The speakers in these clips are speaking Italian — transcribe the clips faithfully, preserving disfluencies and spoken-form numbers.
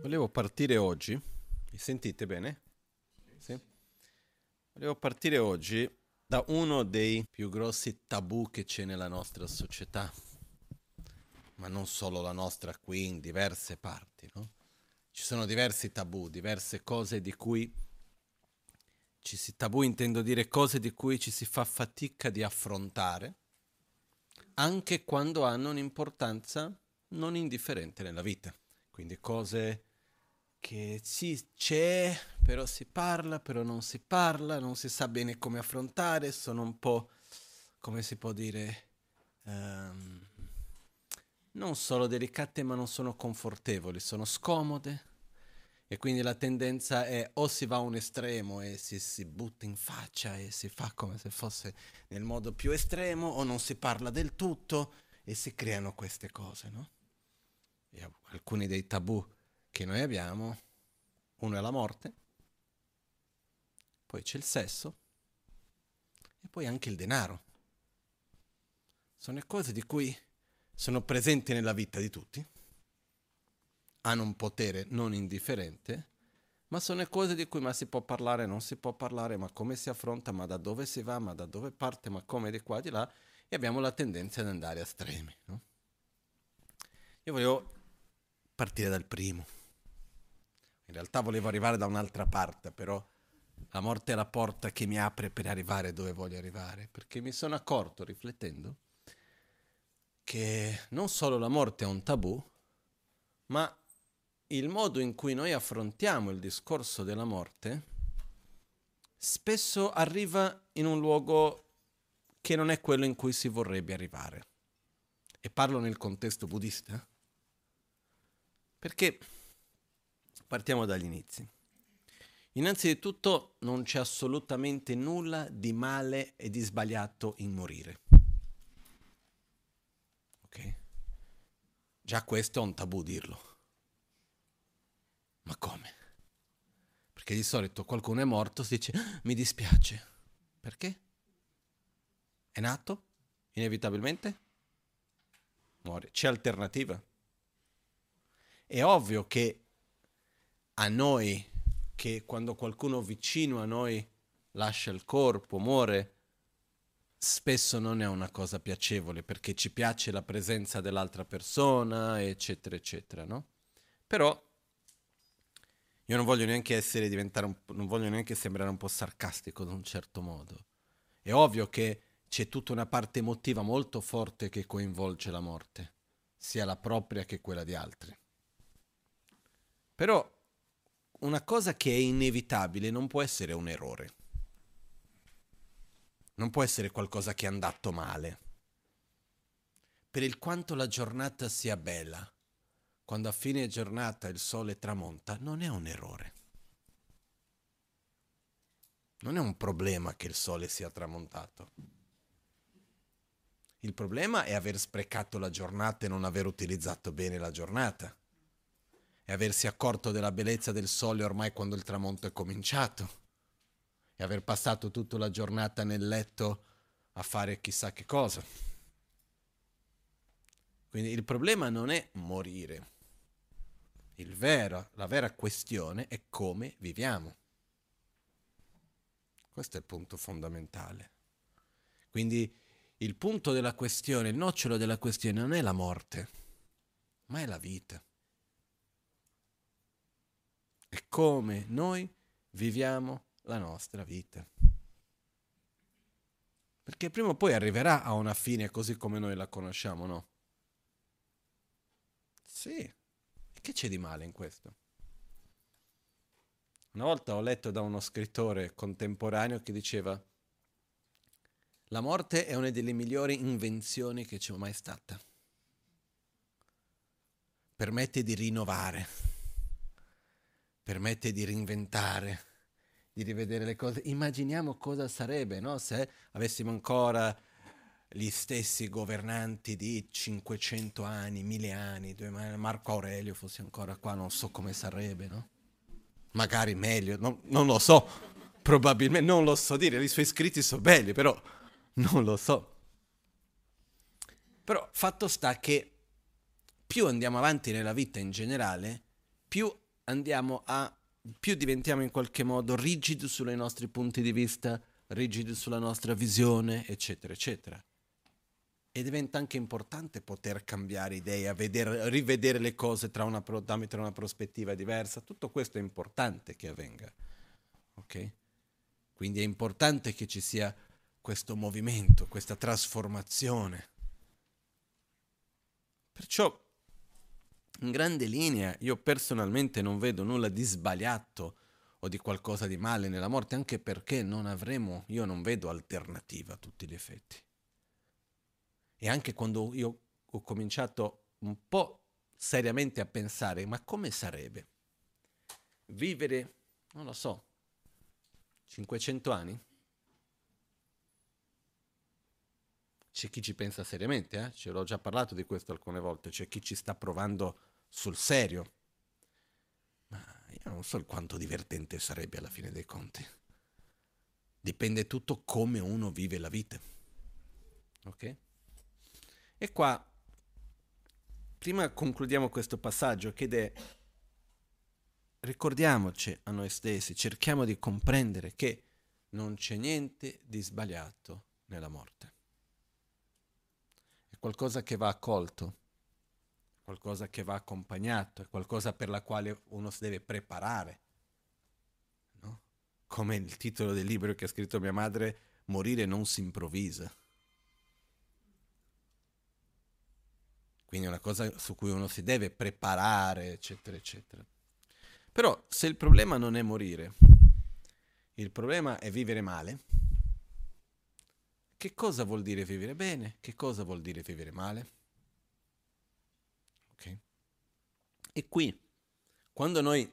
Volevo partire oggi, mi sentite bene? Sì? Volevo partire oggi da uno dei più grossi tabù che c'è nella nostra società, ma non solo la nostra, qui in diverse parti, no? Ci sono diversi tabù, diverse cose di cui ci si tabù intendo dire cose di cui ci si fa fatica di affrontare, anche quando hanno un'importanza non indifferente nella vita. Quindi cose che sì, c'è, però si parla, però non si parla, non si sa bene come affrontare, sono un po', come si può dire, ehm, non solo delicate, ma non sono confortevoli, sono scomode. E quindi la tendenza è o si va a un estremo e si, si butta in faccia e si fa come se fosse nel modo più estremo, o non si parla del tutto e si creano queste cose, no? E alcuni dei tabù che noi abbiamo, uno è la morte, poi c'è il sesso e poi anche il denaro. Sono cose di cui sono presenti nella vita di tutti, hanno un potere non indifferente, ma sono cose di cui ma si può parlare, non si può parlare, ma come si affronta, ma da dove si va, ma da dove parte, ma come di qua, di là, e abbiamo la tendenza ad andare a estremi, no? Io volevo partire dal primo. In realtà volevo arrivare da un'altra parte, però la morte è la porta che mi apre per arrivare dove voglio arrivare, perché mi sono accorto, riflettendo, che non solo la morte è un tabù, ma il modo in cui noi affrontiamo il discorso della morte spesso arriva in un luogo che non è quello in cui si vorrebbe arrivare. E parlo nel contesto buddista, perché partiamo dagli inizi. Innanzitutto non c'è assolutamente nulla di male e di sbagliato in morire. Ok? Già questo è un tabù dirlo. Ma come? Perché di solito qualcuno è morto, si dice "Ah, mi dispiace". Perché? È nato? Inevitabilmente? Muore. C'è alternativa? È ovvio che a noi, che quando qualcuno vicino a noi lascia il corpo, muore, spesso non è una cosa piacevole, perché ci piace la presenza dell'altra persona, eccetera, eccetera, no? Però io non voglio neanche essere diventare un, non voglio neanche sembrare un po' sarcastico in un certo modo. È ovvio che c'è tutta una parte emotiva molto forte che coinvolge la morte, sia la propria che quella di altri. Però una cosa che è inevitabile non può essere un errore. Non può essere qualcosa che è andato male. Per il quanto la giornata sia bella, quando a fine giornata il sole tramonta, non è un errore. Non è un problema che il sole sia tramontato. Il problema è aver sprecato la giornata e non aver utilizzato bene la giornata. E aversi accorto della bellezza del sole ormai quando il tramonto è cominciato. E aver passato tutta la giornata nel letto a fare chissà che cosa. Quindi il problema non è morire. Il vero, la vera questione è come viviamo. Questo è il punto fondamentale. Quindi il punto della questione, il nocciolo della questione non è la morte, ma è la vita. È come noi viviamo la nostra vita. Perché prima o poi arriverà a una fine così come noi la conosciamo, no? Sì. E che c'è di male in questo? Una volta ho letto da uno scrittore contemporaneo che diceva: la morte è una delle migliori invenzioni che c'è mai stata. Permette di rinnovare, permette di reinventare, di rivedere le cose. Immaginiamo cosa sarebbe, no? Se avessimo ancora gli stessi governanti di cinquecento anni, mille anni, Marco Aurelio fosse ancora qua, non so come sarebbe, no? Magari meglio, no, non lo so, probabilmente, non lo so dire, i suoi scritti sono belli, però non lo so. Però fatto sta che più andiamo avanti nella vita in generale, più andiamo a, più diventiamo in qualche modo rigidi sui nostri punti di vista, rigidi sulla nostra visione, eccetera, eccetera. E diventa anche importante poter cambiare idea, vedere, rivedere le cose tra una, tra una prospettiva diversa. Tutto questo è importante che avvenga. Ok? Quindi è importante che ci sia questo movimento, questa trasformazione. Perciò, in grande linea, io personalmente non vedo nulla di sbagliato o di qualcosa di male nella morte, anche perché non avremo, io non vedo alternativa a tutti gli effetti. E anche quando io ho cominciato un po' seriamente a pensare, ma come sarebbe vivere, non lo so, cinquecento anni? C'è chi ci pensa seriamente, eh? Ce l'ho già parlato di questo alcune volte, c'è chi ci sta provando sul serio. Ma io non so quanto divertente sarebbe alla fine dei conti. Dipende tutto come uno vive la vita. Ok? E qua, prima concludiamo questo passaggio, che è, ricordiamoci a noi stessi, cerchiamo di comprendere che non c'è niente di sbagliato nella morte. È qualcosa che va accolto, qualcosa che va accompagnato, è qualcosa per la quale uno si deve preparare. No? Come il titolo del libro che ha scritto mia madre, morire non si improvvisa. Quindi è una cosa su cui uno si deve preparare, eccetera, eccetera. Però se il problema non è morire, il problema è vivere male, che cosa vuol dire vivere bene? Che cosa vuol dire vivere male? Ok? E qui, quando noi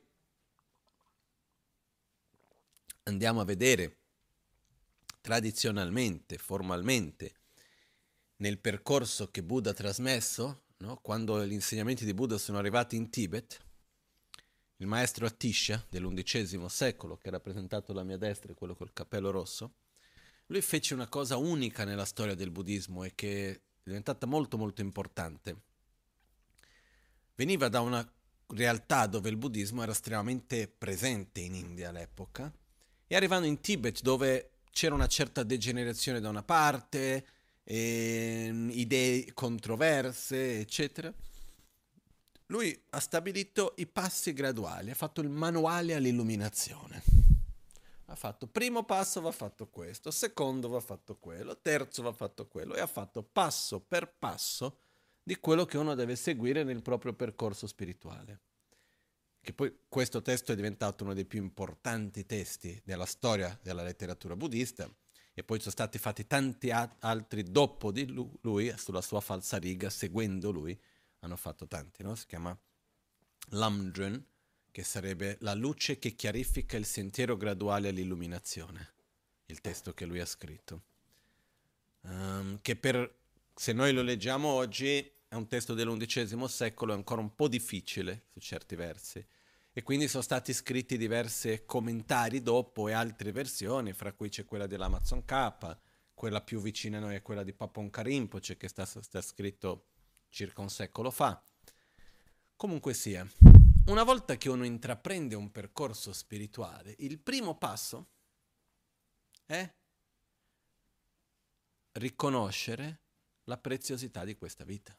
andiamo a vedere tradizionalmente, formalmente, nel percorso che Buddha ha trasmesso, no? Quando gli insegnamenti di Buddha sono arrivati in Tibet, il maestro Atisha dell'undicesimo secolo, che è rappresentato alla mia destra, quello col cappello rosso, lui fece una cosa unica nella storia del buddismo e che è diventata molto molto importante. Veniva da una realtà dove il buddismo era estremamente presente in India all'epoca e arrivando in Tibet dove c'era una certa degenerazione da una parte, e idee controverse, eccetera. Lui ha stabilito i passi graduali, ha fatto il manuale all'illuminazione. Ha fatto primo passo va fatto questo, secondo va fatto quello, terzo va fatto quello e ha fatto passo per passo di quello che uno deve seguire nel proprio percorso spirituale. Che poi questo testo è diventato uno dei più importanti testi della storia della letteratura buddista e poi sono stati fatti tanti a- altri dopo di lui, sulla sua falsariga, seguendo lui, hanno fatto tanti, no? Si chiama Lamdrön, che sarebbe la luce che chiarifica il sentiero graduale all'illuminazione, il testo che lui ha scritto. Um, che per, se noi lo leggiamo oggi, è un testo dell'undicesimo secolo, è ancora un po' difficile su certi versi. E quindi sono stati scritti diversi commentari dopo e altre versioni, fra cui c'è quella dell'Amazon K, quella più vicina a noi è quella di Paponka Rinpoche, che sta, sta scritto circa un secolo fa. Comunque sia, una volta che uno intraprende un percorso spirituale, il primo passo è riconoscere la preziosità di questa vita.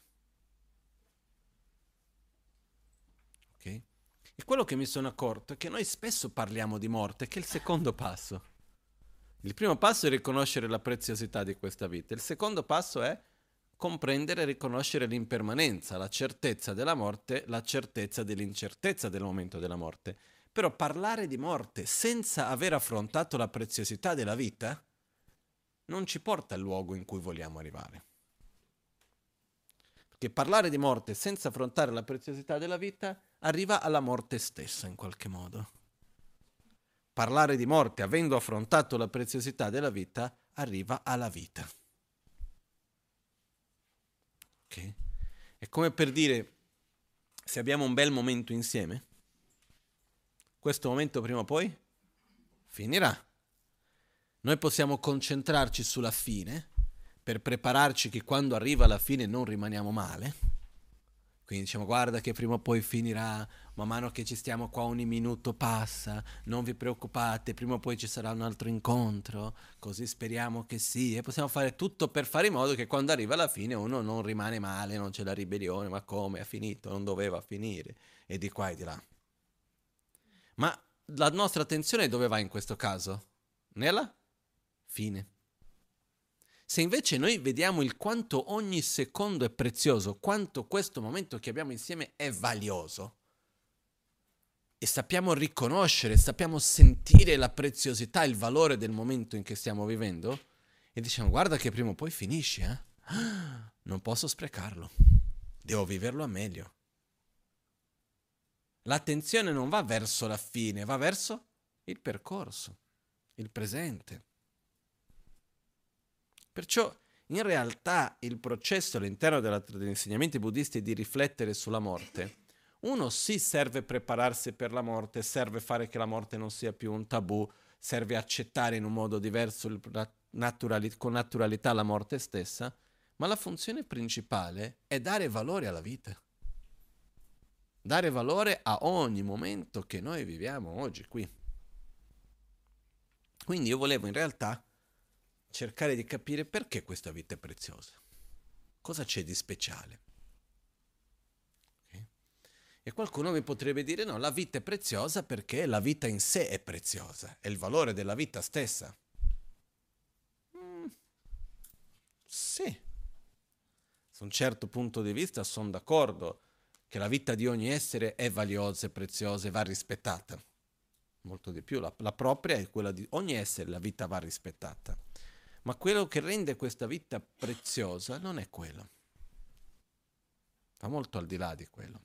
Ok? E quello che mi sono accorto è che noi spesso parliamo di morte, che è il secondo passo. Il primo passo è riconoscere la preziosità di questa vita, il secondo passo è comprendere e riconoscere l'impermanenza, la certezza della morte, la certezza dell'incertezza del momento della morte. Però parlare di morte senza aver affrontato la preziosità della vita non ci porta al luogo in cui vogliamo arrivare. Perché parlare di morte senza affrontare la preziosità della vita arriva alla morte stessa in qualche modo. Parlare di morte avendo affrontato la preziosità della vita arriva alla vita. Okay. È come per dire, se abbiamo un bel momento insieme, questo momento prima o poi finirà. Noi possiamo concentrarci sulla fine per prepararci che quando arriva la fine non rimaniamo male. Quindi diciamo, guarda che prima o poi finirà, man mano che ci stiamo qua ogni minuto passa, non vi preoccupate, prima o poi ci sarà un altro incontro, così speriamo che sì, e possiamo fare tutto per fare in modo che quando arriva alla fine uno non rimane male, non c'è la ribellione, ma come, è finito, non doveva finire, e di qua e di là. Ma la nostra attenzione dove va in questo caso? Nella fine. Se invece noi vediamo il quanto ogni secondo è prezioso, quanto questo momento che abbiamo insieme è valioso, e sappiamo riconoscere, sappiamo sentire la preziosità, il valore del momento in che stiamo vivendo, e diciamo, guarda che prima o poi finisce, eh? Non posso sprecarlo, devo viverlo a meglio. L'attenzione non va verso la fine, va verso il percorso, il presente. Perciò in realtà il processo all'interno della, degli insegnamenti buddisti di riflettere sulla morte, uno sì serve prepararsi per la morte, serve fare che la morte non sia più un tabù, serve accettare in un modo diverso, il, naturali, con naturalità la morte stessa, ma la funzione principale è dare valore alla vita. Dare valore a ogni momento che noi viviamo oggi qui. Quindi io volevo in realtà cercare di capire perché questa vita è preziosa. Cosa c'è di speciale? Okay. E qualcuno mi potrebbe dire no, la vita è preziosa perché la vita in sé è preziosa, è il valore della vita stessa. Mm, sì, su un certo punto di vista sono d'accordo che la vita di ogni essere è valiosa, è preziosa e va rispettata. Molto di più, la, la propria è quella di ogni essere, la vita va rispettata. Ma quello che rende questa vita preziosa non è quello. Va molto al di là di quello.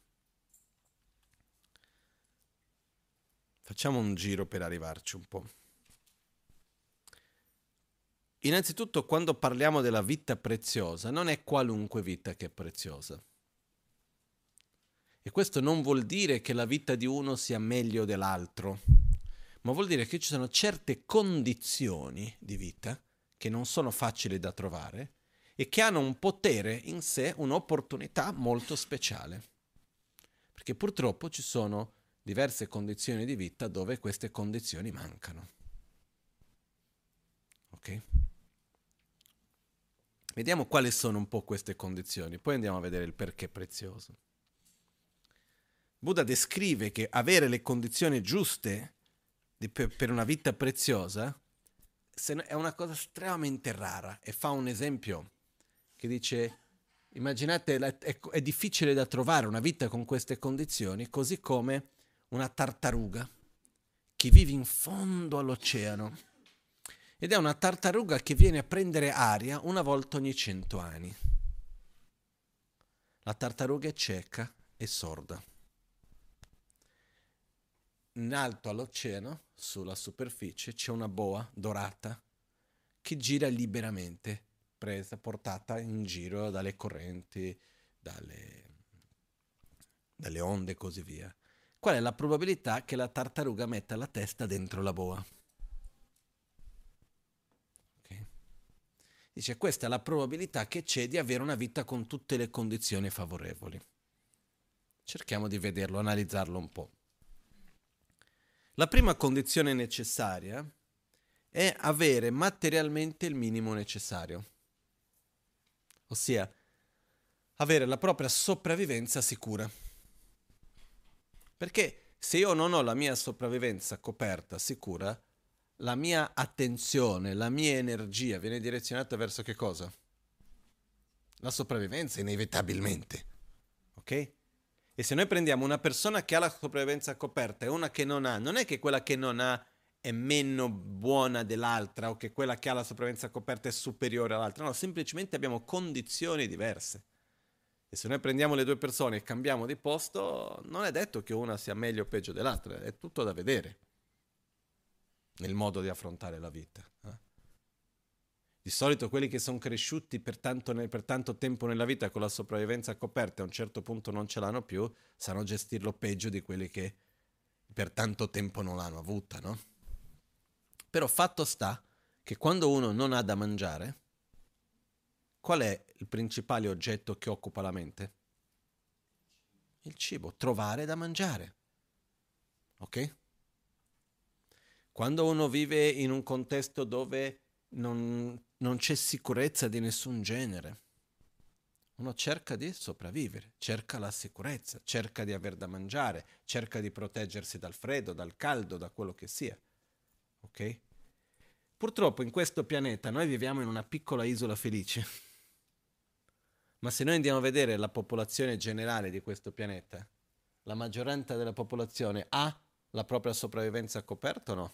Facciamo un giro per arrivarci un po'. Innanzitutto, quando parliamo della vita preziosa, non è qualunque vita che è preziosa. E questo non vuol dire che la vita di uno sia meglio dell'altro, ma vuol dire che ci sono certe condizioni di vita che non sono facili da trovare e che hanno un potere in sé, un'opportunità molto speciale. Perché purtroppo ci sono diverse condizioni di vita dove queste condizioni mancano. Ok? Vediamo quali sono un po' queste condizioni, poi andiamo a vedere il perché è prezioso. Buddha descrive che avere le condizioni giuste di, per, per una vita preziosa è una cosa estremamente rara, e fa un esempio che dice, immaginate, è, è difficile da trovare una vita con queste condizioni, così come una tartaruga che vive in fondo all'oceano, ed è una tartaruga che viene a prendere aria una volta ogni cento anni. La tartaruga è cieca e sorda. In alto all'oceano, sulla superficie, c'è una boa dorata che gira liberamente, presa, portata in giro dalle correnti, dalle, dalle onde e così via. Qual è la probabilità che la tartaruga metta la testa dentro la boa? Okay. Dice, questa è la probabilità che c'è di avere una vita con tutte le condizioni favorevoli. Cerchiamo di vederlo, analizzarlo un po'. La prima condizione necessaria è avere materialmente il minimo necessario, ossia avere la propria sopravvivenza sicura. Perché se io non ho la mia sopravvivenza coperta, sicura, la mia attenzione, la mia energia viene direzionata verso che cosa? La sopravvivenza, inevitabilmente. Ok? E se noi prendiamo una persona che ha la sopravvivenza coperta e una che non ha, non è che quella che non ha è meno buona dell'altra o che quella che ha la sopravvivenza coperta è superiore all'altra, no, semplicemente abbiamo condizioni diverse. E se noi prendiamo le due persone e cambiamo di posto, non è detto che una sia meglio o peggio dell'altra, è tutto da vedere nel modo di affrontare la vita. Eh? Di solito quelli che sono cresciuti per tanto, per tanto tempo nella vita con la sopravvivenza coperta e a un certo punto non ce l'hanno più, sanno gestirlo peggio di quelli che per tanto tempo non l'hanno avuta, no? Però fatto sta che quando uno non ha da mangiare, qual è il principale oggetto che occupa la mente? Il cibo, trovare da mangiare. Ok? Quando uno vive in un contesto dove non, non c'è sicurezza di nessun genere, uno cerca di sopravvivere, cerca la sicurezza, cerca di aver da mangiare, cerca di proteggersi dal freddo, dal caldo, da quello che sia. Ok? Purtroppo in questo pianeta noi viviamo in una piccola isola felice, ma se noi andiamo a vedere la popolazione generale di questo pianeta, la maggioranza della popolazione ha la propria sopravvivenza coperta o no?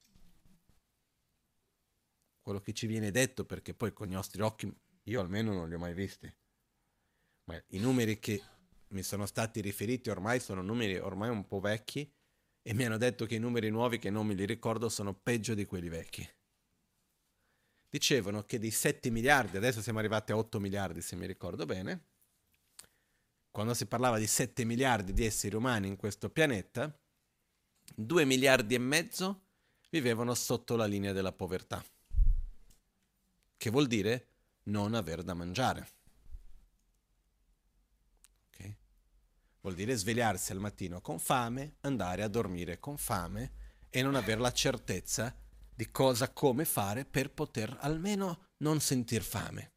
Quello che ci viene detto, perché poi con i nostri occhi, io almeno non li ho mai visti, ma i numeri che mi sono stati riferiti ormai sono numeri ormai un po' vecchi e mi hanno detto che i numeri nuovi, che non me li ricordo, sono peggio di quelli vecchi. Dicevano che dei sette miliardi, adesso siamo arrivati a otto miliardi se mi ricordo bene, quando si parlava di sette miliardi di esseri umani in questo pianeta, due miliardi e mezzo vivevano sotto la linea della povertà, che vuol dire non aver da mangiare. Okay? Vuol dire svegliarsi al mattino con fame, andare a dormire con fame e non avere la certezza di cosa, come fare per poter almeno non sentir fame.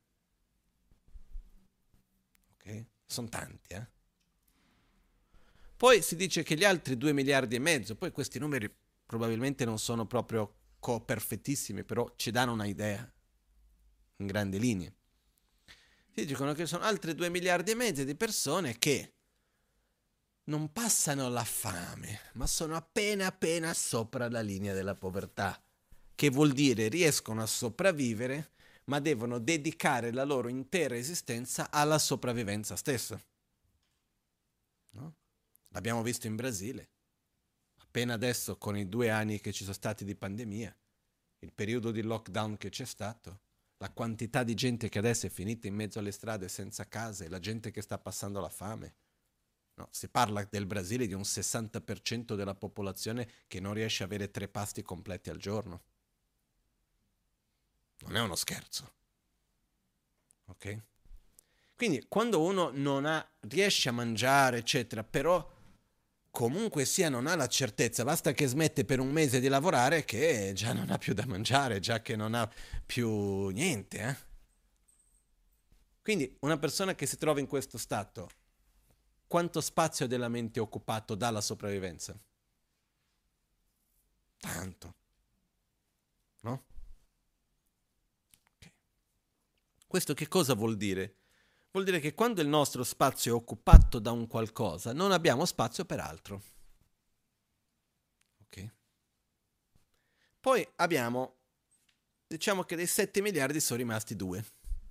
Ok? Sono tanti, eh? Poi si dice che gli altri due miliardi e mezzo, poi questi numeri probabilmente non sono proprio perfettissimi, però ci danno un'idea in grandi linee. Si dicono che sono altri due miliardi e mezzo di persone che non passano la fame, ma sono appena appena sopra la linea della povertà, che vuol dire riescono a sopravvivere, ma devono dedicare la loro intera esistenza alla sopravvivenza stessa. No? L'abbiamo visto in Brasile, appena adesso con i due anni che ci sono stati di pandemia, il periodo di lockdown che c'è stato, la quantità di gente che adesso è finita in mezzo alle strade senza case, la gente che sta passando la fame. No, si parla del Brasile di un sessanta per cento della popolazione che non riesce a avere tre pasti completi al giorno. Non è uno scherzo. Ok? Quindi quando uno non ha, riesce a mangiare, eccetera, però comunque sia non ha la certezza, basta che smette per un mese di lavorare che già non ha più da mangiare, già che non ha più niente. Eh? Quindi una persona che si trova in questo stato, quanto spazio della mente è occupato dalla sopravvivenza? Tanto. No? Okay. Questo che cosa vuol dire? Vuol dire che quando il nostro spazio è occupato da un qualcosa, non abbiamo spazio per altro. Ok? Poi abbiamo, diciamo che dei sette miliardi sono rimasti due.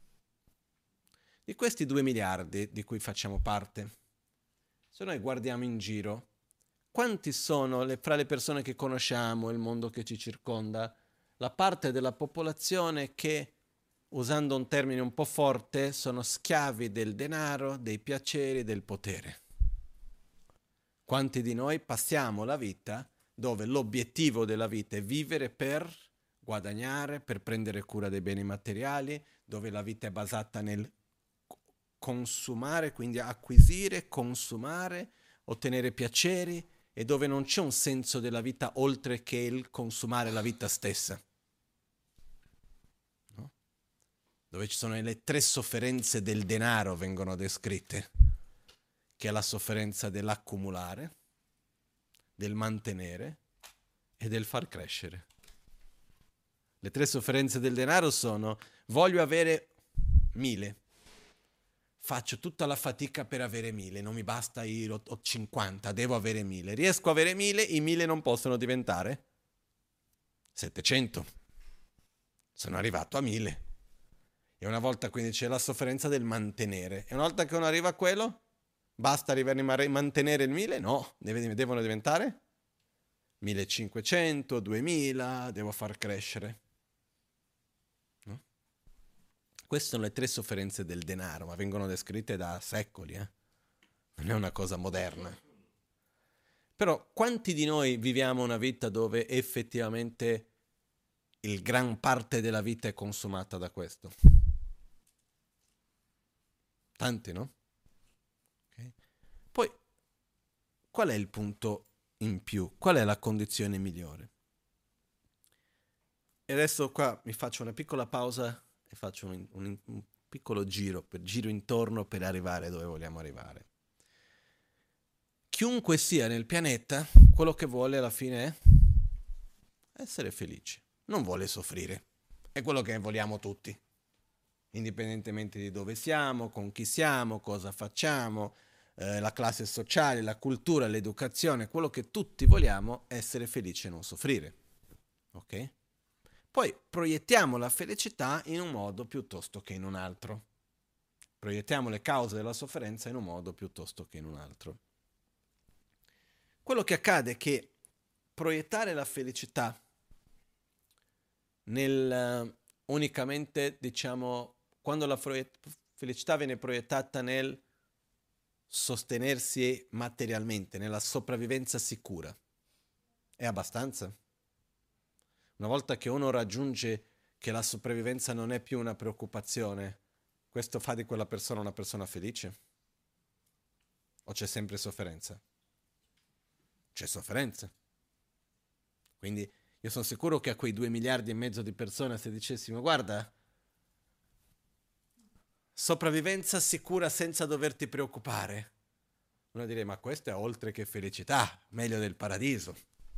Di questi due miliardi di cui facciamo parte, se noi guardiamo in giro, quanti sono le, fra le persone che conosciamo, il mondo che ci circonda, la parte della popolazione che, usando un termine un po' forte, sono schiavi del denaro, dei piaceri, del potere? Quanti di noi passiamo la vita dove l'obiettivo della vita è vivere per guadagnare, per prendere cura dei beni materiali, dove la vita è basata nel consumare, quindi acquisire, consumare, ottenere piaceri, e dove non c'è un senso della vita oltre che il consumare la vita stessa. No? Dove ci sono le tre sofferenze del denaro vengono descritte, che è la sofferenza dell'accumulare, del mantenere e del far crescere. Le tre sofferenze del denaro sono: voglio avere mille, faccio tutta la fatica per avere mille, non mi basta, io ho cinquanta, devo avere mille. Riesco a avere mille, i mille non possono diventare settecento. Sono arrivato a mille. E una volta quindi c'è la sofferenza del mantenere. E una volta che uno arriva a quello, basta arrivare a mantenere il mille? No, devono diventare millecinquecento, duemila, devo far crescere. No? Queste sono le tre sofferenze del denaro, ma vengono descritte da secoli, eh? Non è una cosa moderna. Però quanti di noi viviamo una vita dove effettivamente il gran parte della vita è consumata da questo? Tanti, no? Okay. Poi qual è il punto in più? Qual è la condizione migliore? E adesso qua mi faccio una piccola pausa e faccio un, un, un piccolo giro, per giro intorno per arrivare dove vogliamo arrivare. Chiunque sia nel pianeta, quello che vuole alla fine è essere felice, non vuole soffrire. È quello che vogliamo tutti, indipendentemente di dove siamo, con chi siamo, cosa facciamo, eh, la classe sociale, la cultura, l'educazione, quello che tutti vogliamo è essere felici e non soffrire. Ok? Poi proiettiamo la felicità in un modo piuttosto che in un altro. Proiettiamo le cause della sofferenza in un modo piuttosto che in un altro. Quello che accade è che proiettare la felicità nel uh, unicamente, diciamo, quando la proiet- felicità viene proiettata nel sostenersi materialmente, nella sopravvivenza sicura, è abbastanza? Una volta che uno raggiunge che la sopravvivenza non è più una preoccupazione, questo fa di quella persona una persona felice? O c'è sempre sofferenza? C'è sofferenza. Quindi io sono sicuro che a quei due miliardi e mezzo di persone, se dicessimo, guarda, sopravvivenza sicura senza doverti preoccupare, uno direi, ma questo è oltre che felicità, meglio del paradiso.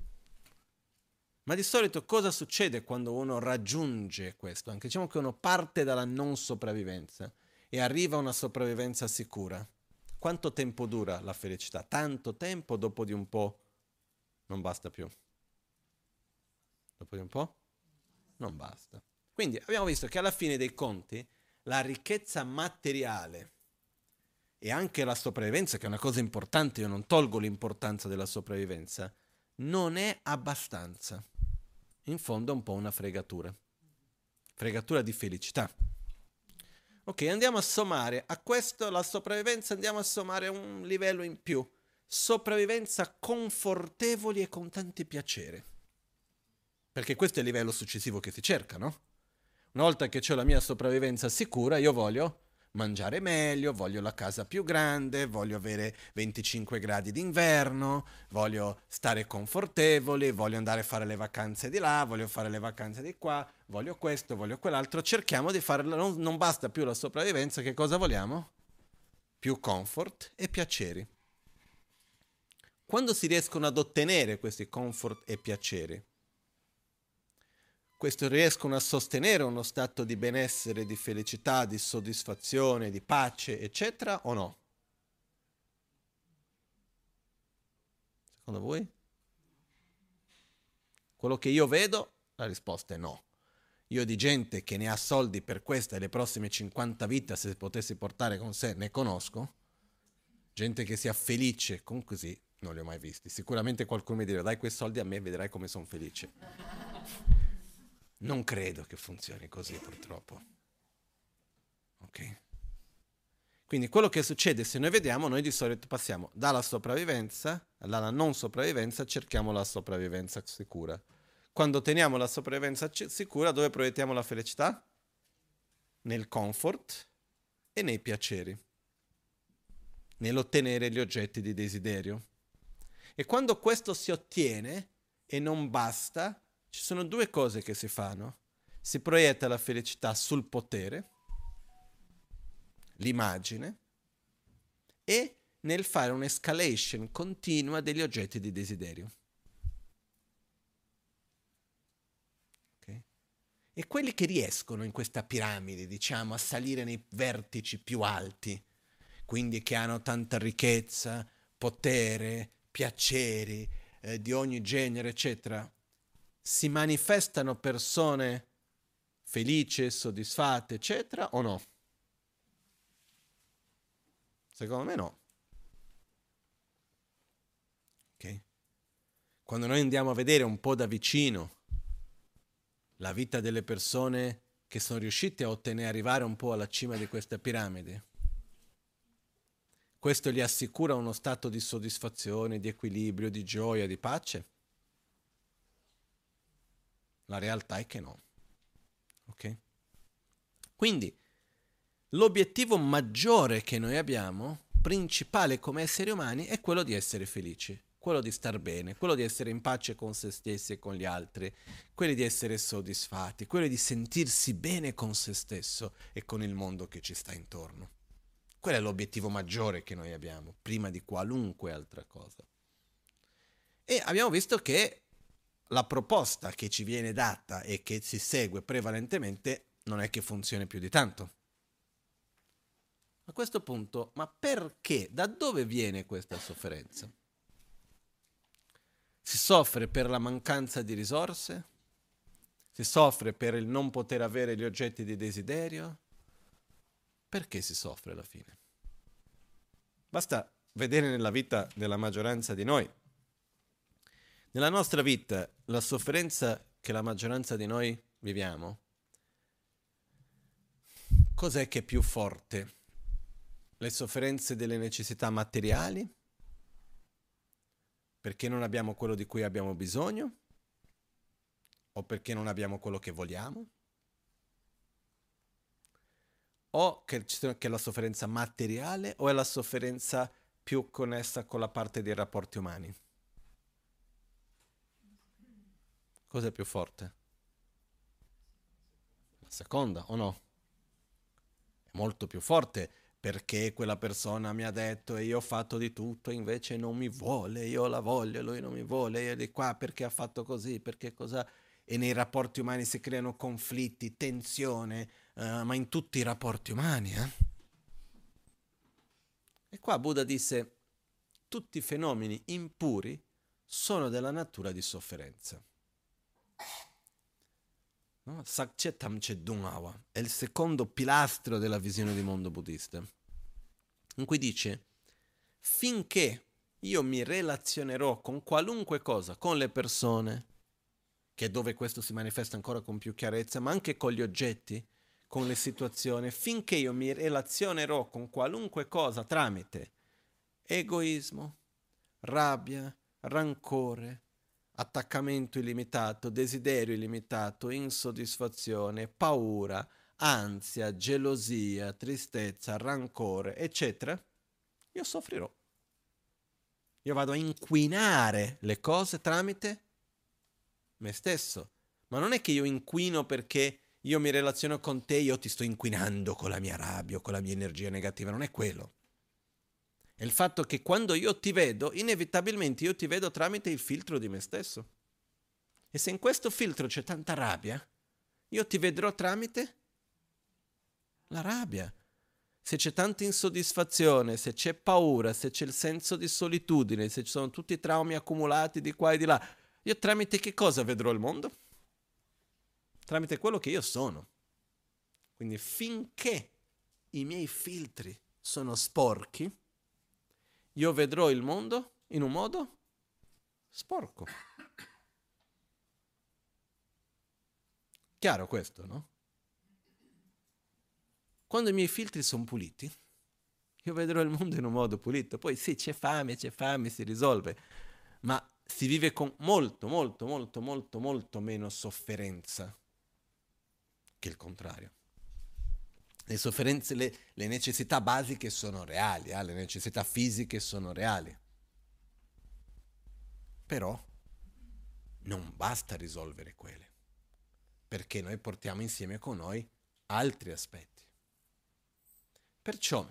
Ma di solito cosa succede quando uno raggiunge questo? Anche diciamo che uno parte dalla non sopravvivenza e arriva a una sopravvivenza sicura. Quanto tempo dura la felicità? Tanto tempo, dopo di un po' non basta più. Dopo di un po' non basta. Quindi abbiamo visto che alla fine dei conti la ricchezza materiale e anche la sopravvivenza, che è una cosa importante, io non tolgo l'importanza della sopravvivenza, non è abbastanza. In fondo è un po' una fregatura. Fregatura di felicità. Ok, andiamo a sommare a questo, la sopravvivenza, andiamo a sommare un livello in più. Sopravvivenza confortevoli e con tanti piaceri. Perché questo è il livello successivo che si cerca, no? Una volta che ho la mia sopravvivenza sicura, io voglio mangiare meglio, voglio la casa più grande, voglio avere venticinque gradi d'inverno, voglio stare confortevoli, voglio andare a fare le vacanze di là, voglio fare le vacanze di qua, voglio questo, voglio quell'altro. Cerchiamo di fare, non, non basta più la sopravvivenza, che cosa vogliamo? Più comfort e piaceri. Quando si riescono ad ottenere questi comfort e piaceri, questo riescono a sostenere uno stato di benessere, di felicità, di soddisfazione, di pace, eccetera, o no? Secondo voi? Quello che io vedo, la risposta è no. Io di gente che ne ha soldi per questa e le prossime cinquanta vite, se potessi portare con sé, ne conosco. Gente che sia felice con così, non li ho mai visti. Sicuramente qualcuno mi dirà, dai quei soldi a me, vedrai come sono felice. Non credo che funzioni così, purtroppo. Ok? Quindi quello che succede, se noi vediamo, noi di solito passiamo dalla sopravvivenza, dalla non sopravvivenza, cerchiamo la sopravvivenza sicura. Quando otteniamo la sopravvivenza c- sicura, dove proiettiamo la felicità? Nel comfort e nei piaceri, nell'ottenere gli oggetti di desiderio. E quando questo si ottiene e non basta, ci sono due cose che si fanno. Si proietta la felicità sul potere, l'immagine, e nel fare un'escalation continua degli oggetti di desiderio. Okay? E quelli che riescono in questa piramide, diciamo, a salire nei vertici più alti, quindi che hanno tanta ricchezza, potere, piaceri eh, di ogni genere, eccetera, si manifestano persone felici, soddisfatte, eccetera, o no? Secondo me no. Okay? Quando noi andiamo a vedere un po' da vicino la vita delle persone che sono riuscite a ottenere, arrivare un po' alla cima di questa piramide, questo gli assicura uno stato di soddisfazione, di equilibrio, di gioia, di pace? La realtà è che no. Ok? Quindi l'obiettivo maggiore che noi abbiamo principale come esseri umani è quello di essere felici, quello di star bene, quello di essere in pace con se stessi e con gli altri, quello di essere soddisfatti, quello di sentirsi bene con se stesso e con il mondo che ci sta intorno. Quello è l'obiettivo maggiore che noi abbiamo, prima di qualunque altra cosa. E abbiamo visto che la proposta che ci viene data e che si segue prevalentemente non è che funzioni più di tanto. A questo punto, ma perché? Da dove viene questa sofferenza? Si soffre per la mancanza di risorse? Si soffre per il non poter avere gli oggetti di desiderio? Perché si soffre alla fine? Basta vedere nella vita della maggioranza di noi. Nella nostra vita, la sofferenza che la maggioranza di noi viviamo, cos'è che è più forte? Le sofferenze delle necessità materiali? Perché non abbiamo quello di cui abbiamo bisogno? O perché non abbiamo quello che vogliamo? O che è la sofferenza materiale o è la sofferenza più connessa con la parte dei rapporti umani? Cos'è più forte? La seconda, o no? È molto più forte perché quella persona mi ha detto e io ho fatto di tutto e invece non mi vuole, io la voglio, lui non mi vuole, io di qua perché ha fatto così, perché cosa... E nei rapporti umani si creano conflitti, tensione, uh, ma in tutti i rapporti umani, eh? E qua Buddha disse, tutti i fenomeni impuri sono della natura di sofferenza. No? Sakchetam Chedungawa è il secondo pilastro della visione di mondo buddista, in cui dice, finché io mi relazionerò con qualunque cosa, con le persone, che è dove questo si manifesta ancora con più chiarezza, ma anche con gli oggetti, con le situazioni, finché io mi relazionerò con qualunque cosa tramite egoismo, rabbia, rancore, attaccamento illimitato, desiderio illimitato, insoddisfazione, paura, ansia, gelosia, tristezza, rancore, eccetera, io soffrirò. Io vado a inquinare le cose tramite me stesso. Ma non è che io inquino perché io mi relaziono con te, io ti sto inquinando con la mia rabbia o con la mia energia negativa, non è quello. È il fatto che quando io ti vedo, inevitabilmente io ti vedo tramite il filtro di me stesso. E se in questo filtro c'è tanta rabbia, io ti vedrò tramite la rabbia. Se c'è tanta insoddisfazione, se c'è paura, se c'è il senso di solitudine, se ci sono tutti i traumi accumulati di qua e di là, io tramite che cosa vedrò il mondo? Tramite quello che io sono. Quindi finché i miei filtri sono sporchi, io vedrò il mondo in un modo sporco. Chiaro questo, no? Quando i miei filtri sono puliti, io vedrò il mondo in un modo pulito. Poi sì, c'è fame, c'è fame, si risolve, ma si vive con molto, molto, molto, molto, molto meno sofferenza che il contrario. Le sofferenze, le, le necessità basiche sono reali, eh? Le necessità fisiche sono reali. Però non basta risolvere quelle, perché noi portiamo insieme con noi altri aspetti. Perciò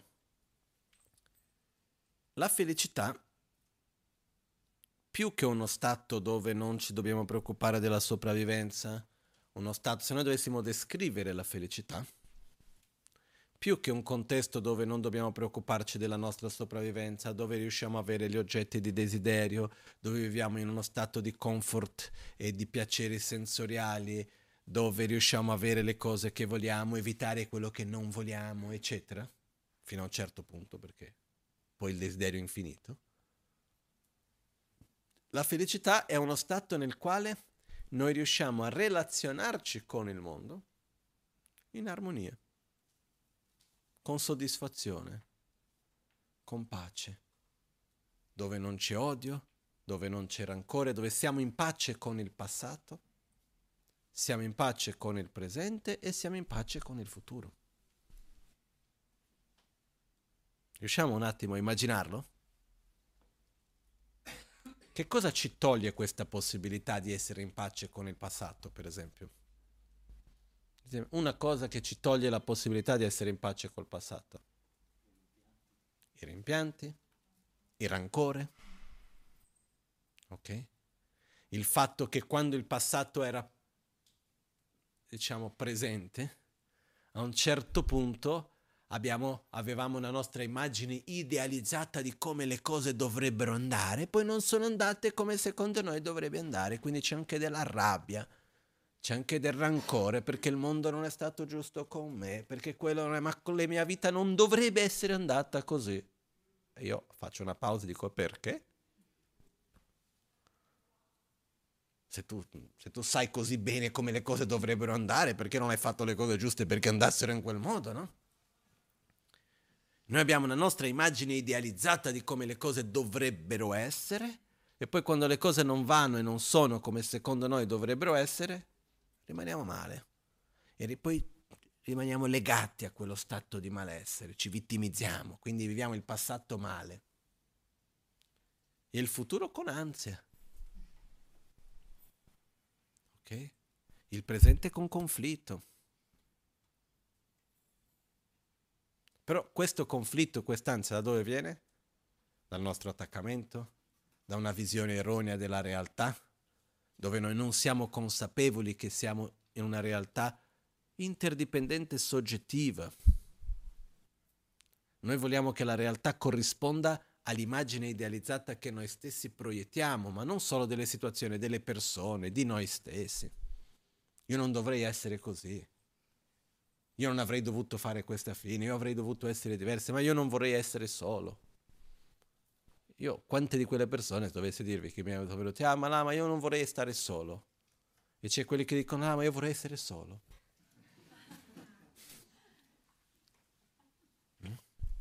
la felicità, più che uno stato dove non ci dobbiamo preoccupare della sopravvivenza, uno stato, se noi dovessimo descrivere la felicità, più che un contesto dove non dobbiamo preoccuparci della nostra sopravvivenza, dove riusciamo a avere gli oggetti di desiderio, dove viviamo in uno stato di comfort e di piaceri sensoriali, dove riusciamo a avere le cose che vogliamo, evitare quello che non vogliamo, eccetera, fino a un certo punto, perché poi il desiderio è infinito. La felicità è uno stato nel quale noi riusciamo a relazionarci con il mondo in armonia, con soddisfazione, con pace, dove non c'è odio, dove non c'è rancore, dove siamo in pace con il passato, siamo in pace con il presente e siamo in pace con il futuro. Riusciamo un attimo a immaginarlo? Che cosa ci toglie questa possibilità di essere in pace con il passato, per esempio? Una cosa che ci toglie la possibilità di essere in pace col passato. I rimpianti, il rancore, ok? Il fatto che quando il passato era, diciamo, presente, a un certo punto abbiamo, avevamo una nostra immagine idealizzata di come le cose dovrebbero andare, poi non sono andate come secondo noi dovrebbe andare, quindi c'è anche della rabbia, c'è anche del rancore perché il mondo non è stato giusto con me, perché quello non è, ma con la mia vita non dovrebbe essere andata così. E io faccio una pausa e dico perché? Se tu, se tu sai così bene come le cose dovrebbero andare, perché non hai fatto le cose giuste perché andassero in quel modo, no? Noi abbiamo una nostra immagine idealizzata di come le cose dovrebbero essere e poi quando le cose non vanno e non sono come secondo noi dovrebbero essere, rimaniamo male. E poi rimaniamo legati a quello stato di malessere, ci vittimizziamo, quindi viviamo il passato male e il futuro con ansia. Ok? Il presente con conflitto. Però questo conflitto, quest'ansia da dove viene? Dal nostro attaccamento, da una visione erronea della realtà, dove noi non siamo consapevoli che siamo in una realtà interdipendente e soggettiva. Noi vogliamo che la realtà corrisponda all'immagine idealizzata che noi stessi proiettiamo, ma non solo delle situazioni, delle persone, di noi stessi. Io non dovrei essere così. Io non avrei dovuto fare questa fine, io avrei dovuto essere diverso, ma io non vorrei essere solo. Io, quante di quelle persone dovessi dirvi che mi hanno venuti, ah ma no, ma io non vorrei stare solo. E c'è quelli che dicono, ah ma io vorrei essere solo. Mm?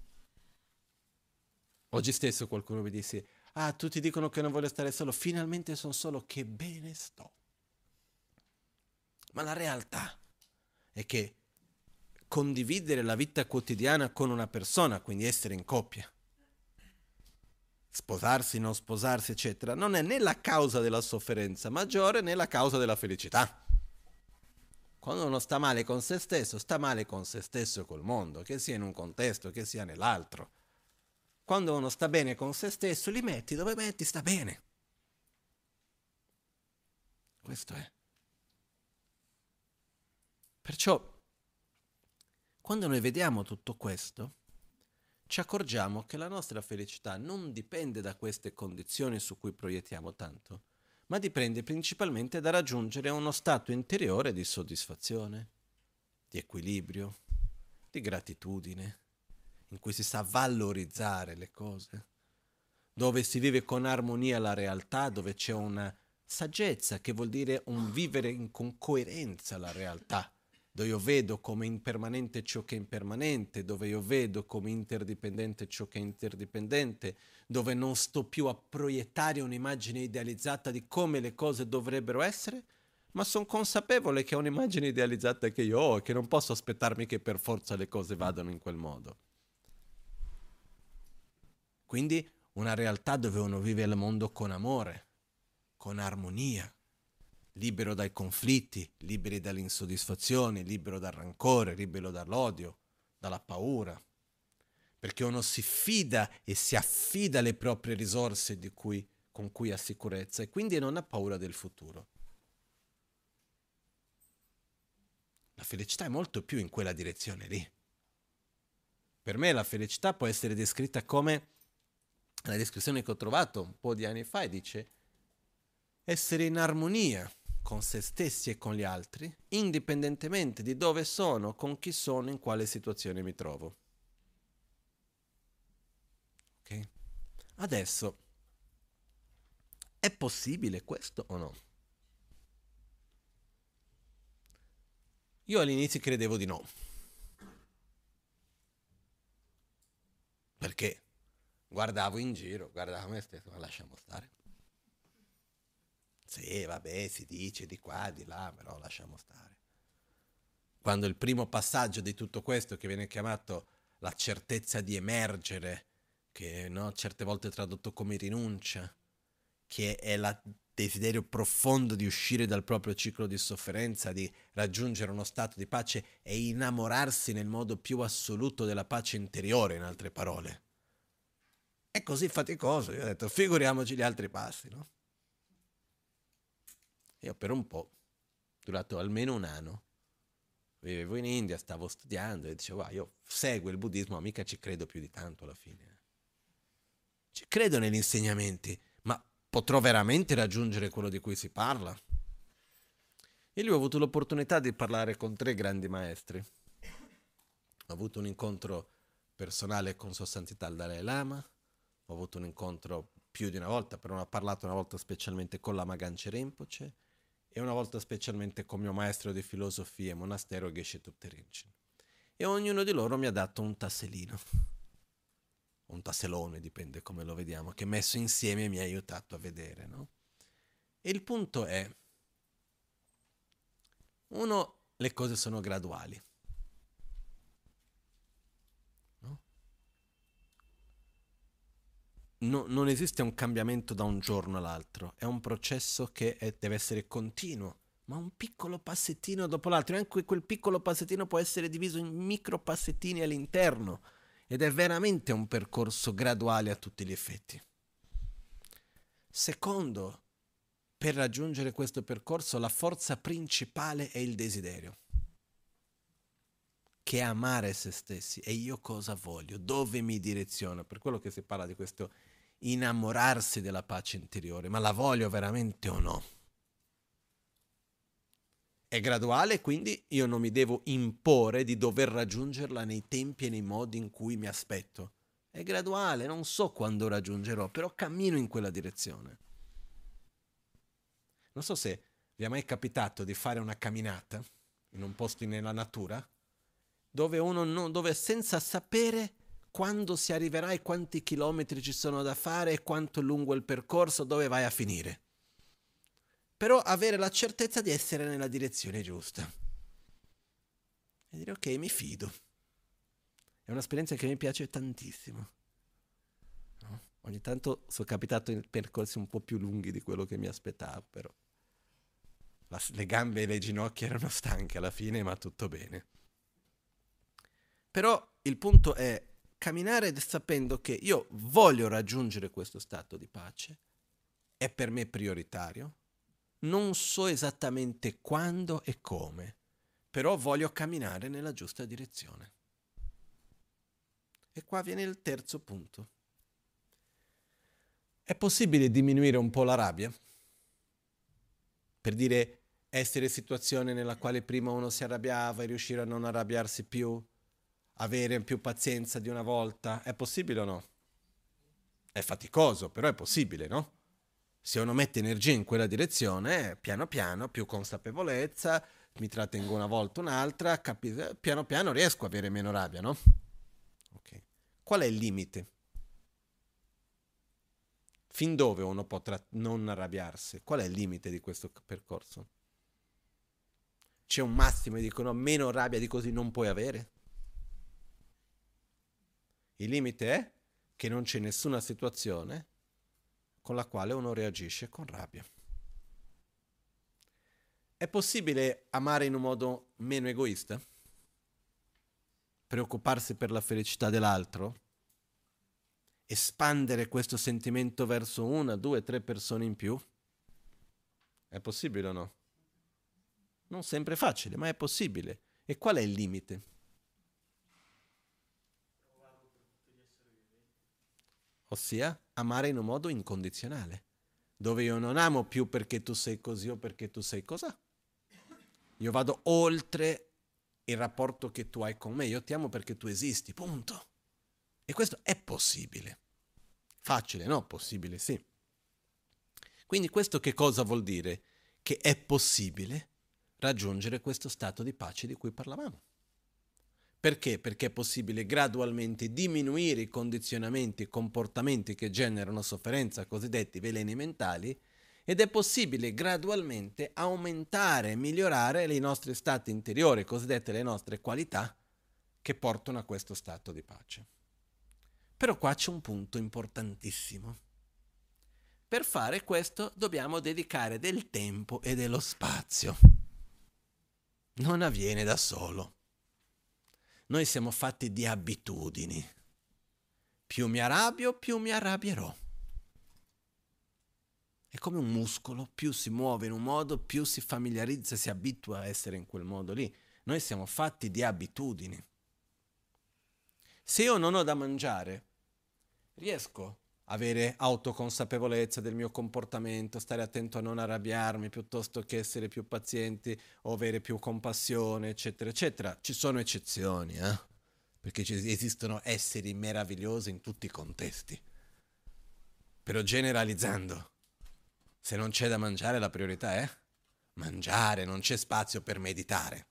Oggi stesso qualcuno mi disse, ah tutti dicono che non voglio stare solo, finalmente sono solo, che bene sto. Ma la realtà è che condividere la vita quotidiana con una persona, quindi essere in coppia, sposarsi, non sposarsi, eccetera, non è né la causa della sofferenza maggiore né la causa della felicità. Quando uno sta male con se stesso, sta male con se stesso e col mondo, che sia in un contesto, che sia nell'altro. Quando uno sta bene con se stesso, li metti dove metti, sta bene. Questo è. Perciò, quando noi vediamo tutto questo, ci accorgiamo che la nostra felicità non dipende da queste condizioni su cui proiettiamo tanto, ma dipende principalmente da raggiungere uno stato interiore di soddisfazione, di equilibrio, di gratitudine, in cui si sa valorizzare le cose, dove si vive con armonia la realtà, dove c'è una saggezza, che vuol dire un vivere in, con coerenza la realtà, dove io vedo come impermanente ciò che è impermanente, dove io vedo come interdipendente ciò che è interdipendente, dove non sto più a proiettare un'immagine idealizzata di come le cose dovrebbero essere, ma sono consapevole che è un'immagine idealizzata che io ho e che non posso aspettarmi che per forza le cose vadano in quel modo. Quindi una realtà dove uno vive il mondo con amore, con armonia, libero dai conflitti, liberi dalle insoddisfazioni, libero dal rancore, libero dall'odio, dalla paura. Perché uno si fida e si affida alle proprie risorse di cui, con cui ha sicurezza e quindi non ha paura del futuro. La felicità è molto più in quella direzione lì. Per me la felicità può essere descritta come, la descrizione che ho trovato un po' di anni fa, dice essere in armonia con se stessi e con gli altri, indipendentemente di dove sono, con chi sono, in quale situazione mi trovo. Ok? Adesso, è possibile questo o no? Io all'inizio credevo di no. Perché guardavo in giro, guardavo me stesso, ma lasciamo stare. Sì, vabbè, si dice di qua, di là, però lasciamo stare. Quando il primo passaggio di tutto questo, che viene chiamato la certezza di emergere, che no, certe volte è tradotto come rinuncia, che è il desiderio profondo di uscire dal proprio ciclo di sofferenza, di raggiungere uno stato di pace e innamorarsi nel modo più assoluto della pace interiore, in altre parole. È così faticoso, io ho detto, figuriamoci gli altri passi, no? Io per un po', durato almeno un anno, vivevo in India, stavo studiando e dicevo, ah, io seguo il buddismo, ma mica ci credo più di tanto alla fine. Ci credo negli insegnamenti, ma potrò veramente raggiungere quello di cui si parla? E lì ho avuto l'opportunità di parlare con tre grandi maestri. Ho avuto un incontro personale con Sua Santità il Dalai Lama, ho avuto un incontro più di una volta, però ho parlato una volta specialmente con Lama Ganchen Rinpoche e una volta specialmente con mio maestro di filosofia e monastero Geshe Thupten Rinchen. E ognuno di loro mi ha dato un tasselino, un tasselone, dipende come lo vediamo, che messo insieme mi ha aiutato a vedere, no? E il punto è, uno, le cose sono graduali. No? No, non esiste un cambiamento da un giorno all'altro, è un processo che è, deve essere continuo, ma un piccolo passettino dopo l'altro, e anche quel piccolo passettino può essere diviso in micro passettini all'interno, ed è veramente un percorso graduale a tutti gli effetti. Secondo, per raggiungere questo percorso la forza principale è il desiderio, che è amare se stessi. E io cosa voglio? Dove mi direziono? Per quello che si parla di questo innamorarsi della pace interiore, ma la voglio veramente o no? È graduale, quindi io non mi devo imporre di dover raggiungerla nei tempi e nei modi in cui mi aspetto. È graduale, non so quando raggiungerò, però cammino in quella direzione. Non so se vi è mai capitato di fare una camminata in un posto nella natura dove uno non, dove senza sapere quando si arriverà e quanti chilometri ci sono da fare e quanto è lungo il percorso, dove vai a finire. Però avere la certezza di essere nella direzione giusta. E dire ok, mi fido. È un'esperienza che mi piace tantissimo. No? Ogni tanto sono capitato in percorsi un po' più lunghi di quello che mi aspettavo, però La, le gambe e le ginocchia erano stanche alla fine, ma tutto bene. Però il punto è camminare sapendo che io voglio raggiungere questo stato di pace, è per me prioritario, non so esattamente quando e come, però voglio camminare nella giusta direzione. E qua viene il terzo punto. È possibile diminuire un po' la rabbia? Per dire essere in situazione nella quale prima uno si arrabbiava e riuscire a non arrabbiarsi più, avere più pazienza di una volta, è possibile o no? È faticoso, però è possibile, no? Se uno mette energia in quella direzione, piano piano, più consapevolezza, mi trattengo una volta un'altra, capi- piano piano riesco a avere meno rabbia, no? Okay. Qual è il limite? Fin dove uno potrà non arrabbiarsi? Qual è il limite di questo percorso? C'è un massimo e dicono meno rabbia di così non puoi avere? Il limite è che non c'è nessuna situazione con la quale uno reagisce con rabbia. È possibile amare in un modo meno egoista? Preoccuparsi per la felicità dell'altro? Espandere questo sentimento verso una, due, tre persone in più? È possibile o no? Non sempre facile, ma è possibile. E qual è il limite? Ossia, amare in un modo incondizionale, dove io non amo più perché tu sei così o perché tu sei così. Io vado oltre il rapporto che tu hai con me, io ti amo perché tu esisti, punto. E questo è possibile. Facile, no? Possibile, sì. Quindi questo che cosa vuol dire? Che è possibile raggiungere questo stato di pace di cui parlavamo. Perché? Perché è possibile gradualmente diminuire i condizionamenti, i comportamenti che generano sofferenza, cosiddetti veleni mentali, ed è possibile gradualmente aumentare e migliorare i nostri stati interiori, cosiddette le nostre qualità, che portano a questo stato di pace. Però qua c'è un punto importantissimo. Per fare questo dobbiamo dedicare del tempo e dello spazio. Non avviene da solo. Noi siamo fatti di abitudini. Più mi arrabbio, più mi arrabbierò. È come un muscolo, più si muove in un modo, più si familiarizza, si abitua a essere in quel modo lì. Noi siamo fatti di abitudini. Se io non ho da mangiare, riesco a avere autoconsapevolezza del mio comportamento, stare attento a non arrabbiarmi piuttosto che essere più pazienti o avere più compassione, eccetera, eccetera. Ci sono eccezioni, eh? Perché esistono esseri meravigliosi in tutti i contesti. Però generalizzando, se non c'è da mangiare la priorità è mangiare, non c'è spazio per meditare.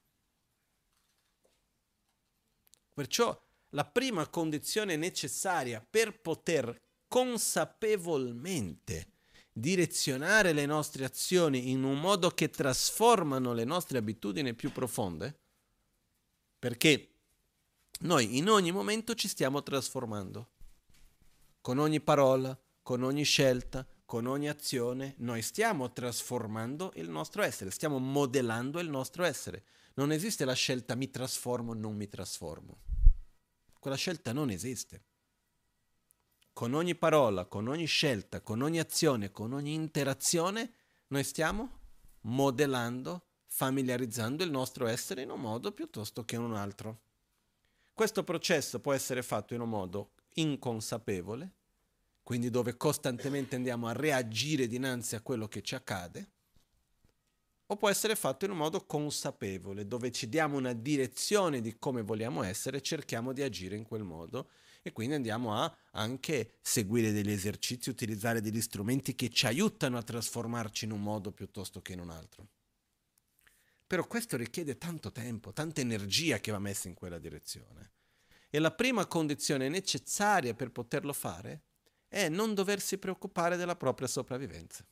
Perciò la prima condizione necessaria per poter consapevolmente direzionare le nostre azioni in un modo che trasformano le nostre abitudini più profonde, perché noi in ogni momento ci stiamo trasformando. Con ogni parola, con ogni scelta, con ogni azione, noi stiamo trasformando il nostro essere, stiamo modellando il nostro essere. Non esiste la scelta mi trasformo o non mi trasformo. Quella scelta non esiste. Con ogni parola, con ogni scelta, con ogni azione, con ogni interazione, noi stiamo modellando, familiarizzando il nostro essere in un modo piuttosto che in un altro. Questo processo può essere fatto in un modo inconsapevole, quindi dove costantemente andiamo a reagire dinanzi a quello che ci accade, o può essere fatto in un modo consapevole, dove ci diamo una direzione di come vogliamo essere e cerchiamo di agire in quel modo, e quindi andiamo a anche seguire degli esercizi, utilizzare degli strumenti che ci aiutano a trasformarci in un modo piuttosto che in un altro. Però questo richiede tanto tempo, tanta energia che va messa in quella direzione. E la prima condizione necessaria per poterlo fare è non doversi preoccupare della propria sopravvivenza.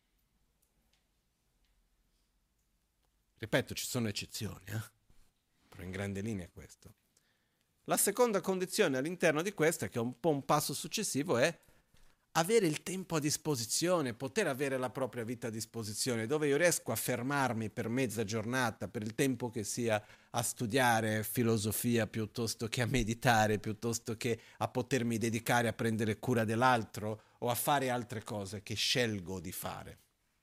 Ripeto, ci sono eccezioni, eh? Però in grande linea è questo. La seconda condizione all'interno di questa, che è un po' un passo successivo, è avere il tempo a disposizione, poter avere la propria vita a disposizione, dove io riesco a fermarmi per mezza giornata, per il tempo che sia a studiare filosofia piuttosto che a meditare, piuttosto che a potermi dedicare a prendere cura dell'altro o a fare altre cose che scelgo di fare.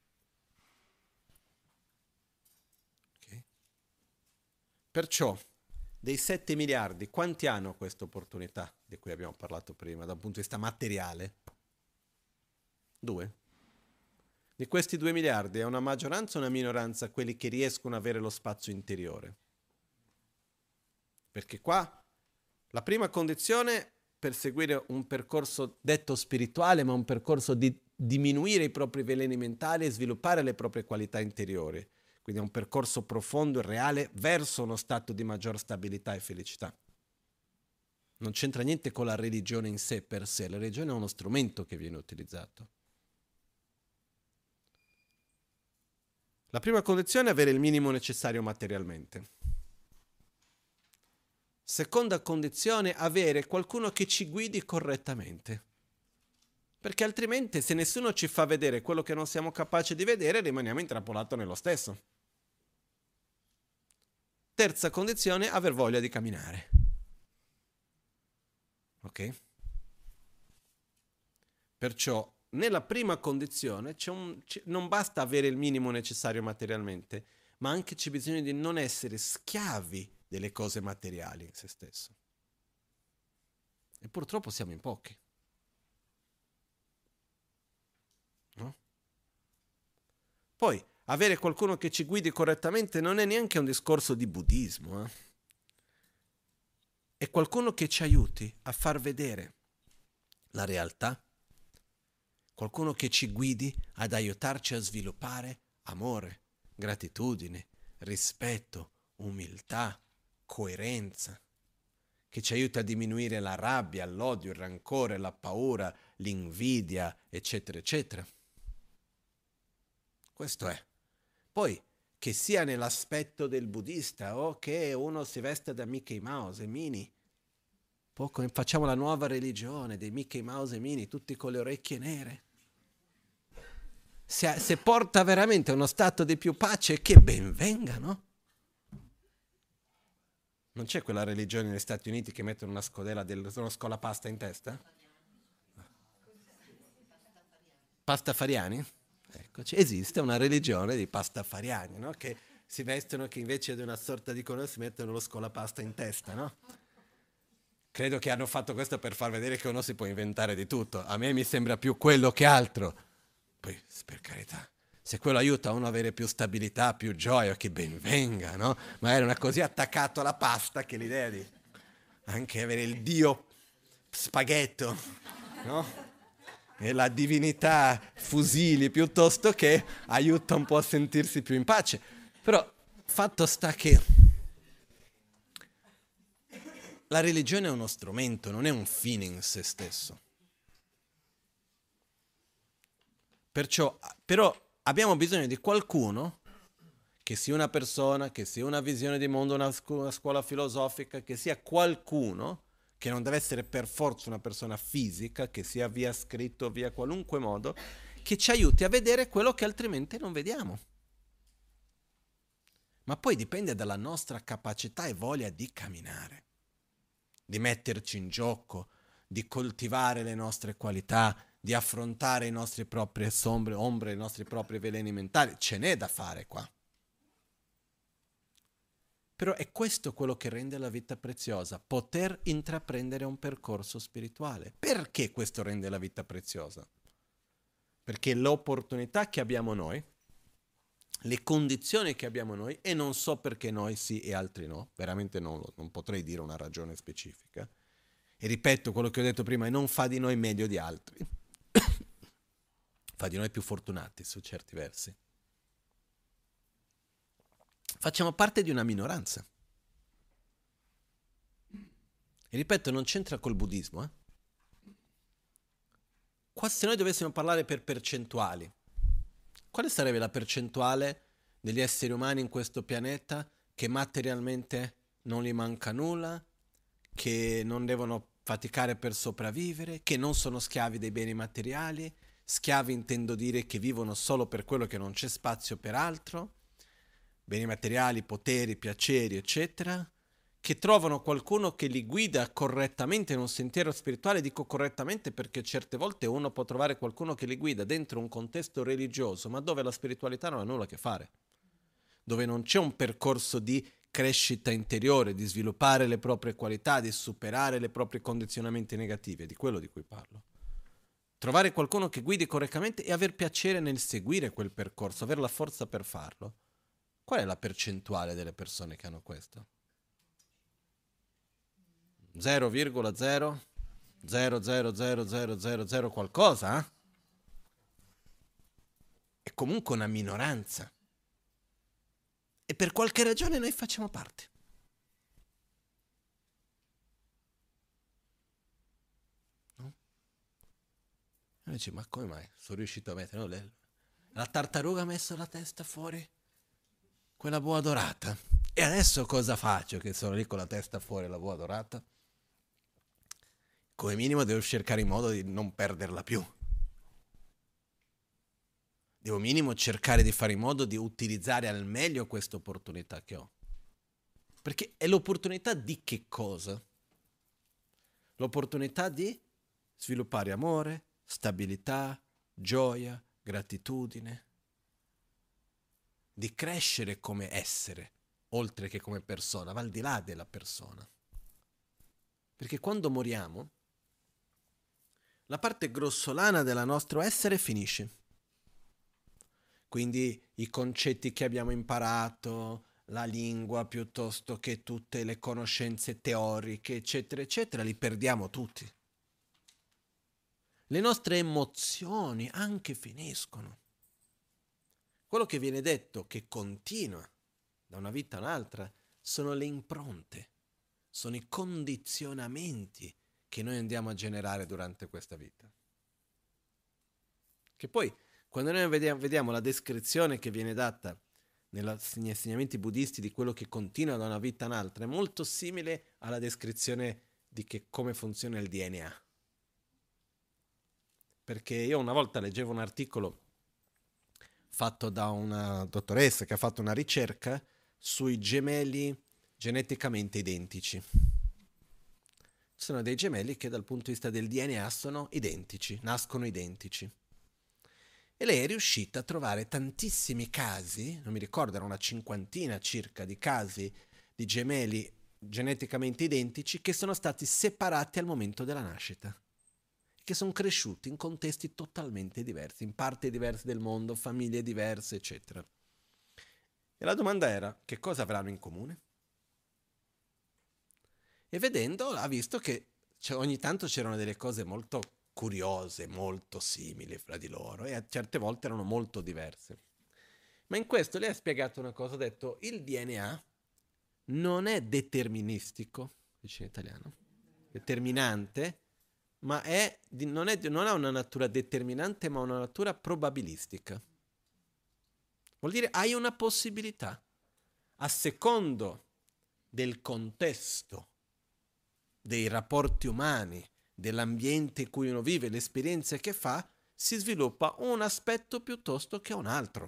Okay? Perciò, dei sette miliardi, quanti hanno questa opportunità di cui abbiamo parlato prima, da un punto di vista materiale? Due. Di questi due miliardi è una maggioranza o una minoranza quelli che riescono ad avere lo spazio interiore? Perché qua la prima condizione per seguire un percorso detto spirituale, ma un percorso di diminuire i propri veleni mentali e sviluppare le proprie qualità interiori. Quindi è un percorso profondo e reale verso uno stato di maggior stabilità e felicità. Non c'entra niente con la religione in sé per sé, la religione è uno strumento che viene utilizzato. La prima condizione è avere il minimo necessario materialmente. Seconda condizione, avere qualcuno che ci guidi correttamente. Perché altrimenti se nessuno ci fa vedere quello che non siamo capaci di vedere, rimaniamo intrappolati nello stesso. Terza condizione, aver voglia di camminare. Ok? Perciò nella prima condizione c'è un, c'è, non basta avere il minimo necessario materialmente, ma anche c'è bisogno di non essere schiavi delle cose materiali in se stesso. E purtroppo siamo in pochi. No? Poi, avere qualcuno che ci guidi correttamente non è neanche un discorso di buddismo. Eh? È qualcuno che ci aiuti a far vedere la realtà. Qualcuno che ci guidi ad aiutarci a sviluppare amore, gratitudine, rispetto, umiltà, coerenza, che ci aiuta a diminuire la rabbia, l'odio, il rancore, la paura, l'invidia, eccetera, eccetera. Questo è. Poi, che sia nell'aspetto del buddista o che uno si veste da Mickey Mouse e Minnie. Poi facciamo la nuova religione dei Mickey Mouse e Minnie, tutti con le orecchie nere. Se, se porta veramente a uno stato di più pace, che ben venga, no? Non c'è quella religione negli Stati Uniti che mettono una scodella, del, una scolapasta in testa? Pastafariani? Eccoci, esiste una religione di pastafariani, no? Che si vestono, che invece di una sorta di colore si mettono lo scolapasta in testa, no? Credo che hanno fatto questo per far vedere che uno si può inventare di tutto. A me mi sembra più quello che altro. Poi, per carità, se quello aiuta uno ad avere più stabilità, più gioia, che ben venga, no? Ma era una così attaccato alla pasta che l'idea di anche avere il dio spaghetto, no? E la divinità Fusili piuttosto che aiuta un po' a sentirsi più in pace. Però fatto sta che la religione è uno strumento, non è un fine in se stesso. Perciò, però abbiamo bisogno di qualcuno, che sia una persona, che sia una visione di mondo, una, scu- una scuola filosofica, che sia qualcuno, che non deve essere per forza una persona fisica, che sia via scritto, via qualunque modo, che ci aiuti a vedere quello che altrimenti non vediamo. Ma poi dipende dalla nostra capacità e voglia di camminare, di metterci in gioco, di coltivare le nostre qualità, di affrontare i nostri propri ombre, ombre, i nostri propri veleni mentali. Ce n'è da fare qua. Però è questo quello che rende la vita preziosa, poter intraprendere un percorso spirituale. Perché questo rende la vita preziosa? Perché l'opportunità che abbiamo noi, le condizioni che abbiamo noi, e non so perché noi sì e altri no, veramente non, non potrei dire una ragione specifica, e ripeto quello che ho detto prima, non fa di noi meglio di altri, fa di noi più fortunati su certi versi. Facciamo parte di una minoranza. E ripeto, non c'entra col buddismo. Eh? Qua, se noi dovessimo parlare per percentuali, quale sarebbe la percentuale degli esseri umani in questo pianeta che materialmente non gli manca nulla, che non devono faticare per sopravvivere, che non sono schiavi dei beni materiali? Schiavi intendo dire che vivono solo per quello che non c'è spazio per altro, beni materiali, poteri, piaceri, eccetera, che trovano qualcuno che li guida correttamente in un sentiero spirituale. Dico correttamente perché certe volte uno può trovare qualcuno che li guida dentro un contesto religioso, ma dove la spiritualità non ha nulla a che fare, dove non c'è un percorso di crescita interiore, di sviluppare le proprie qualità, di superare le proprie condizionamenti negativi, è di quello di cui parlo. Trovare qualcuno che guidi correttamente e aver piacere nel seguire quel percorso, avere la forza per farlo. Qual è la percentuale delle persone che hanno questo? zero virgola zero zero zero zero zero zero zero qualcosa? Eh? È comunque una minoranza. E per qualche ragione noi facciamo parte. No? E dici, ma come mai? Sono riuscito a mettere... No, le... La tartaruga ha messo la testa fuori? Quella boa dorata. E adesso cosa faccio che sono lì con la testa fuori la boa dorata? Come minimo devo cercare in modo di non perderla più. Devo minimo cercare di fare in modo di utilizzare al meglio questa opportunità che ho. Perché è l'opportunità di che cosa? L'opportunità di sviluppare amore, stabilità, gioia, gratitudine, di crescere come essere, oltre che come persona, ma al di là della persona. Perché quando moriamo, la parte grossolana del nostro essere finisce. Quindi i concetti che abbiamo imparato, la lingua piuttosto che tutte le conoscenze teoriche, eccetera, eccetera, li perdiamo tutti. Le nostre emozioni anche finiscono. Quello che viene detto che continua da una vita a un'altra sono le impronte, sono i condizionamenti che noi andiamo a generare durante questa vita. Che poi, quando noi vediamo, vediamo la descrizione che viene data negli insegnamenti buddisti di quello che continua da una vita a un'altra è molto simile alla descrizione di che, come funziona il D N A. Perché io una volta leggevo un articolo fatto da una dottoressa che ha fatto una ricerca sui gemelli geneticamente identici. Ci sono dei gemelli che dal punto di vista del D N A sono identici, nascono identici. E lei è riuscita a trovare tantissimi casi, non mi ricordo, era una cinquantina circa di casi di gemelli geneticamente identici che sono stati separati al momento della nascita, che sono cresciuti in contesti totalmente diversi, in parti diverse del mondo, famiglie diverse, eccetera. E la domanda era, che cosa avranno in comune? E vedendo ha visto che cioè, ogni tanto c'erano delle cose molto curiose, molto simili fra di loro, e a certe volte erano molto diverse. Ma in questo lei ha spiegato una cosa, ha detto il D N A non è deterministico, dice in italiano, determinante, ma è, non, è, non ha una natura determinante, ma una natura probabilistica. Vuol dire hai una possibilità, a secondo del contesto, dei rapporti umani, dell'ambiente in cui uno vive, le esperienze che fa, si sviluppa un aspetto piuttosto che un altro.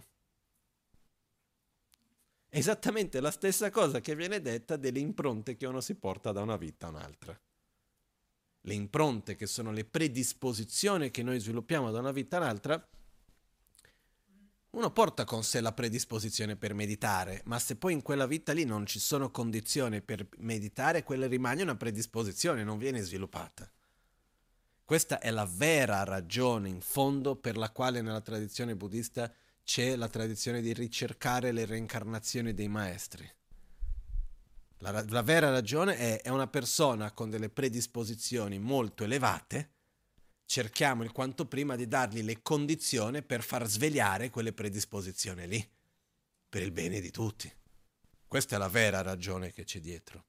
Esattamente la stessa cosa che viene detta delle impronte che uno si porta da una vita a un'altra. Le impronte, che sono le predisposizioni che noi sviluppiamo da una vita a un'altra, uno porta con sé la predisposizione per meditare, ma se poi in quella vita lì non ci sono condizioni per meditare, quella rimane una predisposizione, non viene sviluppata. Questa è la vera ragione in fondo per la quale nella tradizione buddista c'è la tradizione di ricercare le reincarnazioni dei maestri. La, la vera ragione è, è una persona con delle predisposizioni molto elevate, cerchiamo il quanto prima di dargli le condizioni per far svegliare quelle predisposizioni lì, per il bene di tutti. Questa è la vera ragione che c'è dietro.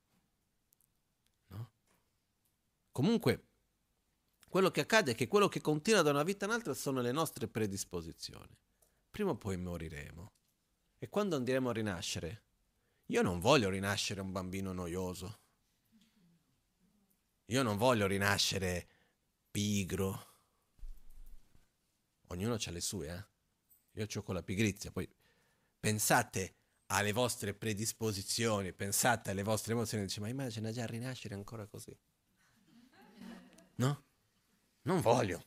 No? Comunque, quello che accade è che quello che continua da una vita a un'altra sono le nostre predisposizioni. Prima o poi moriremo. E quando andremo a rinascere? Io non voglio rinascere un bambino noioso. Io non voglio rinascere pigro. Ognuno ha le sue, eh? Io ho con la pigrizia. Poi pensate alle vostre predisposizioni, pensate alle vostre emozioni e dice, ma immagina già rinascere ancora così. No? Non voglio.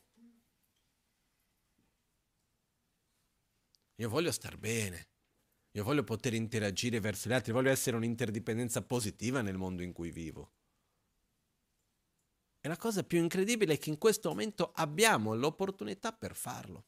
Io voglio star bene. Io voglio poter interagire verso gli altri, voglio essere un'interdipendenza positiva nel mondo in cui vivo. E la cosa più incredibile è che in questo momento abbiamo l'opportunità per farlo.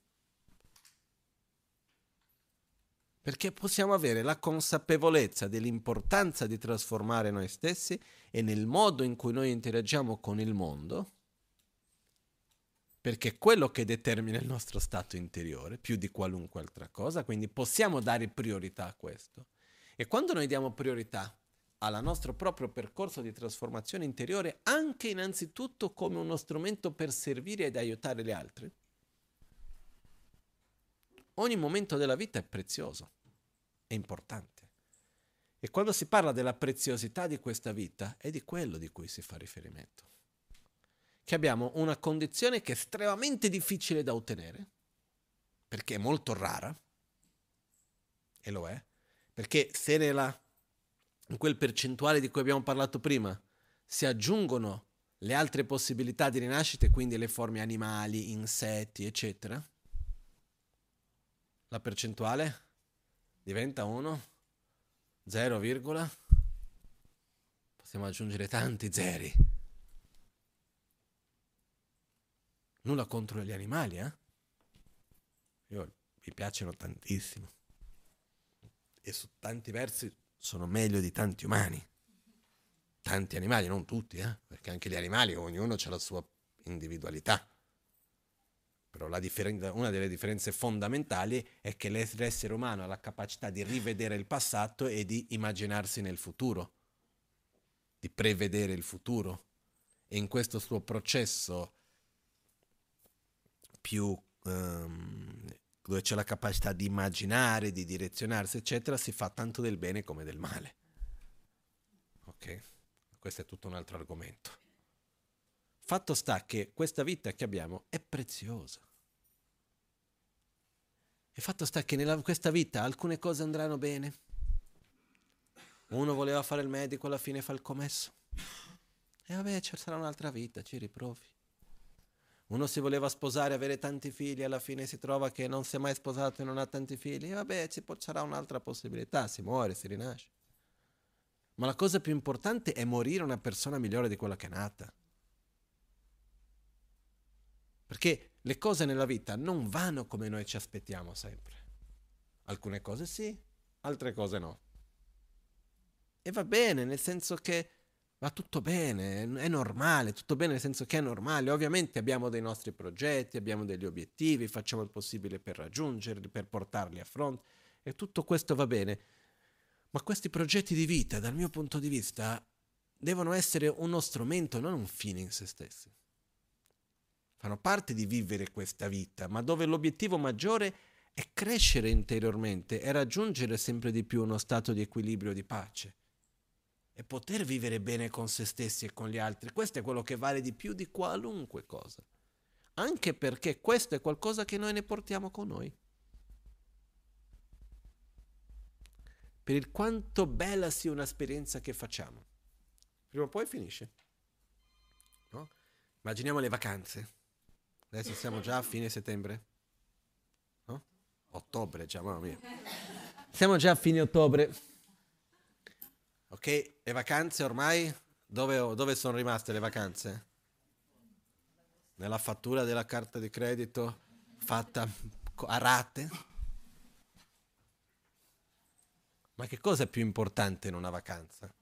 Perché possiamo avere la consapevolezza dell'importanza di trasformare noi stessi e nel modo in cui noi interagiamo con il mondo, perché è quello che determina il nostro stato interiore, più di qualunque altra cosa, quindi possiamo dare priorità a questo. E quando noi diamo priorità al nostro proprio percorso di trasformazione interiore, anche innanzitutto come uno strumento per servire ed aiutare gli altri, ogni momento della vita è prezioso, è importante. E quando si parla della preziosità di questa vita, è di quello di cui si fa riferimento. Che abbiamo una condizione che è estremamente difficile da ottenere, perché è molto rara, e lo è, perché se nella, in quel percentuale di cui abbiamo parlato prima si aggiungono le altre possibilità di rinascita, quindi le forme animali, insetti, eccetera, la percentuale diventa uno, zero, virgola, possiamo aggiungere tanti zeri. Nulla contro gli animali, eh? Io, mi piacciono tantissimo. E su tanti versi sono meglio di tanti umani. Tanti animali, non tutti, eh? Perché anche gli animali, ognuno ha la sua individualità. Però la differen- una delle differenze fondamentali è che l'essere umano ha la capacità di rivedere il passato e di immaginarsi nel futuro, di prevedere il futuro. E in questo suo processo più um, dove c'è la capacità di immaginare, di direzionarsi, eccetera, si fa tanto del bene come del male. Ok? Questo è tutto un altro argomento. Fatto sta che questa vita che abbiamo è preziosa. E fatto sta che nella questa vita alcune cose andranno bene. Uno voleva fare il medico, alla fine fa il commesso. E vabbè, ci sarà un'altra vita, ci riprovi. Uno si voleva sposare, avere tanti figli, alla fine si trova che non si è mai sposato e non ha tanti figli. E vabbè, ci sarà un'altra possibilità, si muore, si rinasce. Ma la cosa più importante è morire una persona migliore di quella che è nata. Perché le cose nella vita non vanno come noi ci aspettiamo sempre. Alcune cose sì, altre cose no. E va bene, nel senso che va tutto bene, è normale, tutto bene nel senso che è normale. Ovviamente abbiamo dei nostri progetti, abbiamo degli obiettivi, facciamo il possibile per raggiungerli, per portarli a fronte, e tutto questo va bene. Ma questi progetti di vita, dal mio punto di vista, devono essere uno strumento, non un fine in se stessi. Fanno parte di vivere questa vita, ma dove l'obiettivo maggiore è crescere interiormente e raggiungere sempre di più uno stato di equilibrio, di pace. E poter vivere bene con se stessi e con gli altri. Questo è quello che vale di più di qualunque cosa. Anche perché questo è qualcosa che noi ne portiamo con noi. Per il quanto bella sia un'esperienza che facciamo. Prima o poi finisce. No? Immaginiamo le vacanze. Adesso siamo già a fine settembre. No? Ottobre già, mamma mia. Siamo già a fine ottobre. Ok, le vacanze ormai, dove, dove sono rimaste le vacanze? Nella fattura della carta di credito fatta a rate? Ma che cosa è più importante in una vacanza?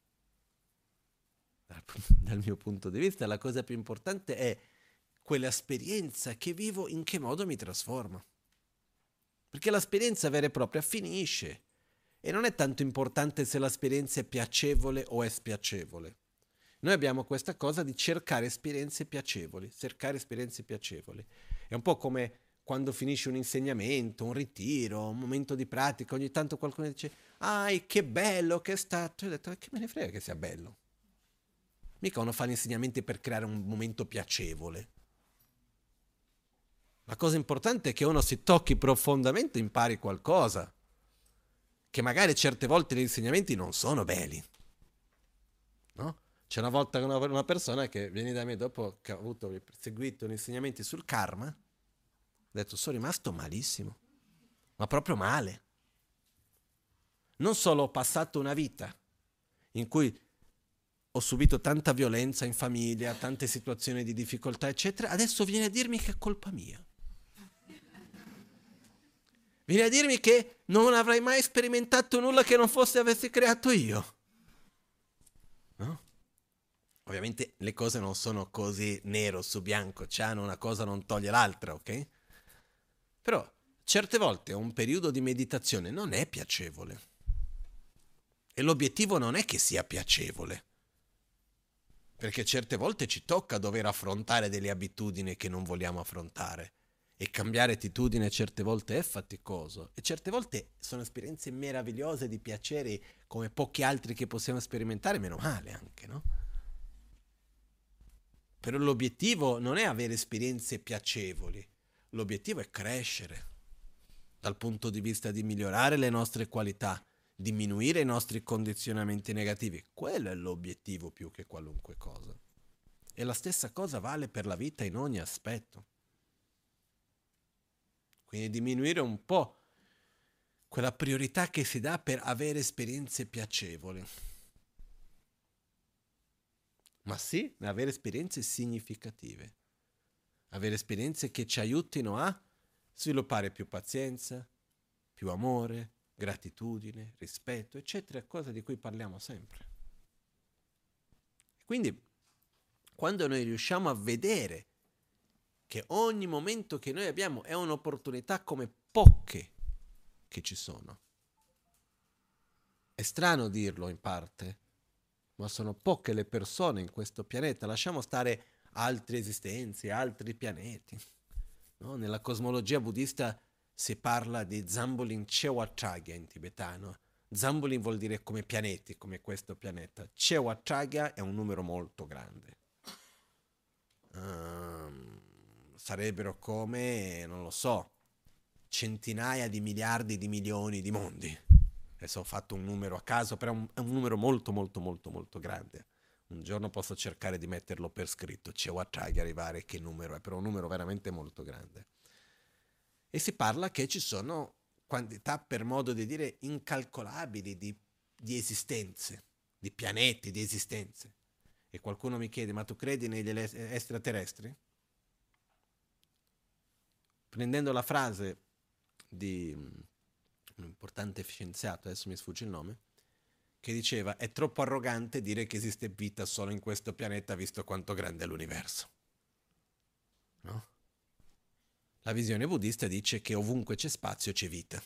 Dal, dal mio punto di vista la cosa più importante è quell'esperienza che vivo, in che modo mi trasforma. Perché l'esperienza vera e propria finisce. E non è tanto importante se l'esperienza è piacevole o è spiacevole. Noi abbiamo questa cosa di cercare esperienze piacevoli, cercare esperienze piacevoli. È un po' come quando finisce un insegnamento, un ritiro, un momento di pratica, ogni tanto qualcuno dice «Ah, che bello che è stato!» Io ho detto «Che me ne frega che sia bello?» Mica uno fa gli insegnamenti per creare un momento piacevole. La cosa importante è che uno si tocchi profondamente e impari qualcosa. Che magari certe volte gli insegnamenti non sono belli, no? C'è una volta una, una persona che viene da me dopo che ha avuto seguito gli insegnamenti sul karma, ha detto sono rimasto malissimo, ma proprio male. Non solo ho passato una vita in cui ho subito tanta violenza in famiglia, tante situazioni di difficoltà, eccetera, adesso viene a dirmi che è colpa mia. Viene a dirmi che non avrei mai sperimentato nulla che non fosse avessi creato io. No? Ovviamente le cose non sono così nero su bianco, cioè una cosa non toglie l'altra, ok? Però certe volte un periodo di meditazione non è piacevole. E l'obiettivo non è che sia piacevole. Perché certe volte ci tocca dover affrontare delle abitudini che non vogliamo affrontare. E cambiare attitudine certe volte è faticoso e certe volte sono esperienze meravigliose di piacere come pochi altri che possiamo sperimentare, meno male anche, no? Però l'obiettivo non è avere esperienze piacevoli, l'obiettivo è crescere dal punto di vista di migliorare le nostre qualità, diminuire i nostri condizionamenti negativi. Quello è l'obiettivo più che qualunque cosa. E la stessa cosa vale per la vita in ogni aspetto. Quindi diminuire un po' quella priorità che si dà per avere esperienze piacevoli. Ma sì, avere esperienze significative. Avere esperienze che ci aiutino a sviluppare più pazienza, più amore, gratitudine, rispetto, eccetera, cose di cui parliamo sempre. Quindi, quando noi riusciamo a vedere che ogni momento che noi abbiamo è un'opportunità come poche che ci sono. È strano dirlo in parte, ma sono poche le persone in questo pianeta. Lasciamo stare altre esistenze, altri pianeti. No? Nella cosmologia buddista si parla di Zambolin Chewacharya in tibetano. Zambolin vuol dire come pianeti, come questo pianeta. Chewacharya è un numero molto grande. Um, sarebbero come, non lo so, centinaia di miliardi di milioni di mondi. Adesso ho fatto un numero a caso, però è un, è un numero molto molto molto molto grande. Un giorno posso cercare di metterlo per scritto, Chewacharya, arrivare che numero è, però un numero veramente molto grande. E si parla che ci sono quantità, per modo di dire, incalcolabili di, di esistenze, di pianeti, di esistenze. E qualcuno mi chiede, ma tu credi negli extraterrestri? Prendendo la frase di un importante scienziato, adesso mi sfugge il nome, che diceva, è troppo arrogante dire che esiste vita solo in questo pianeta visto quanto grande è l'universo. No? La visione buddista dice che ovunque c'è spazio c'è vita.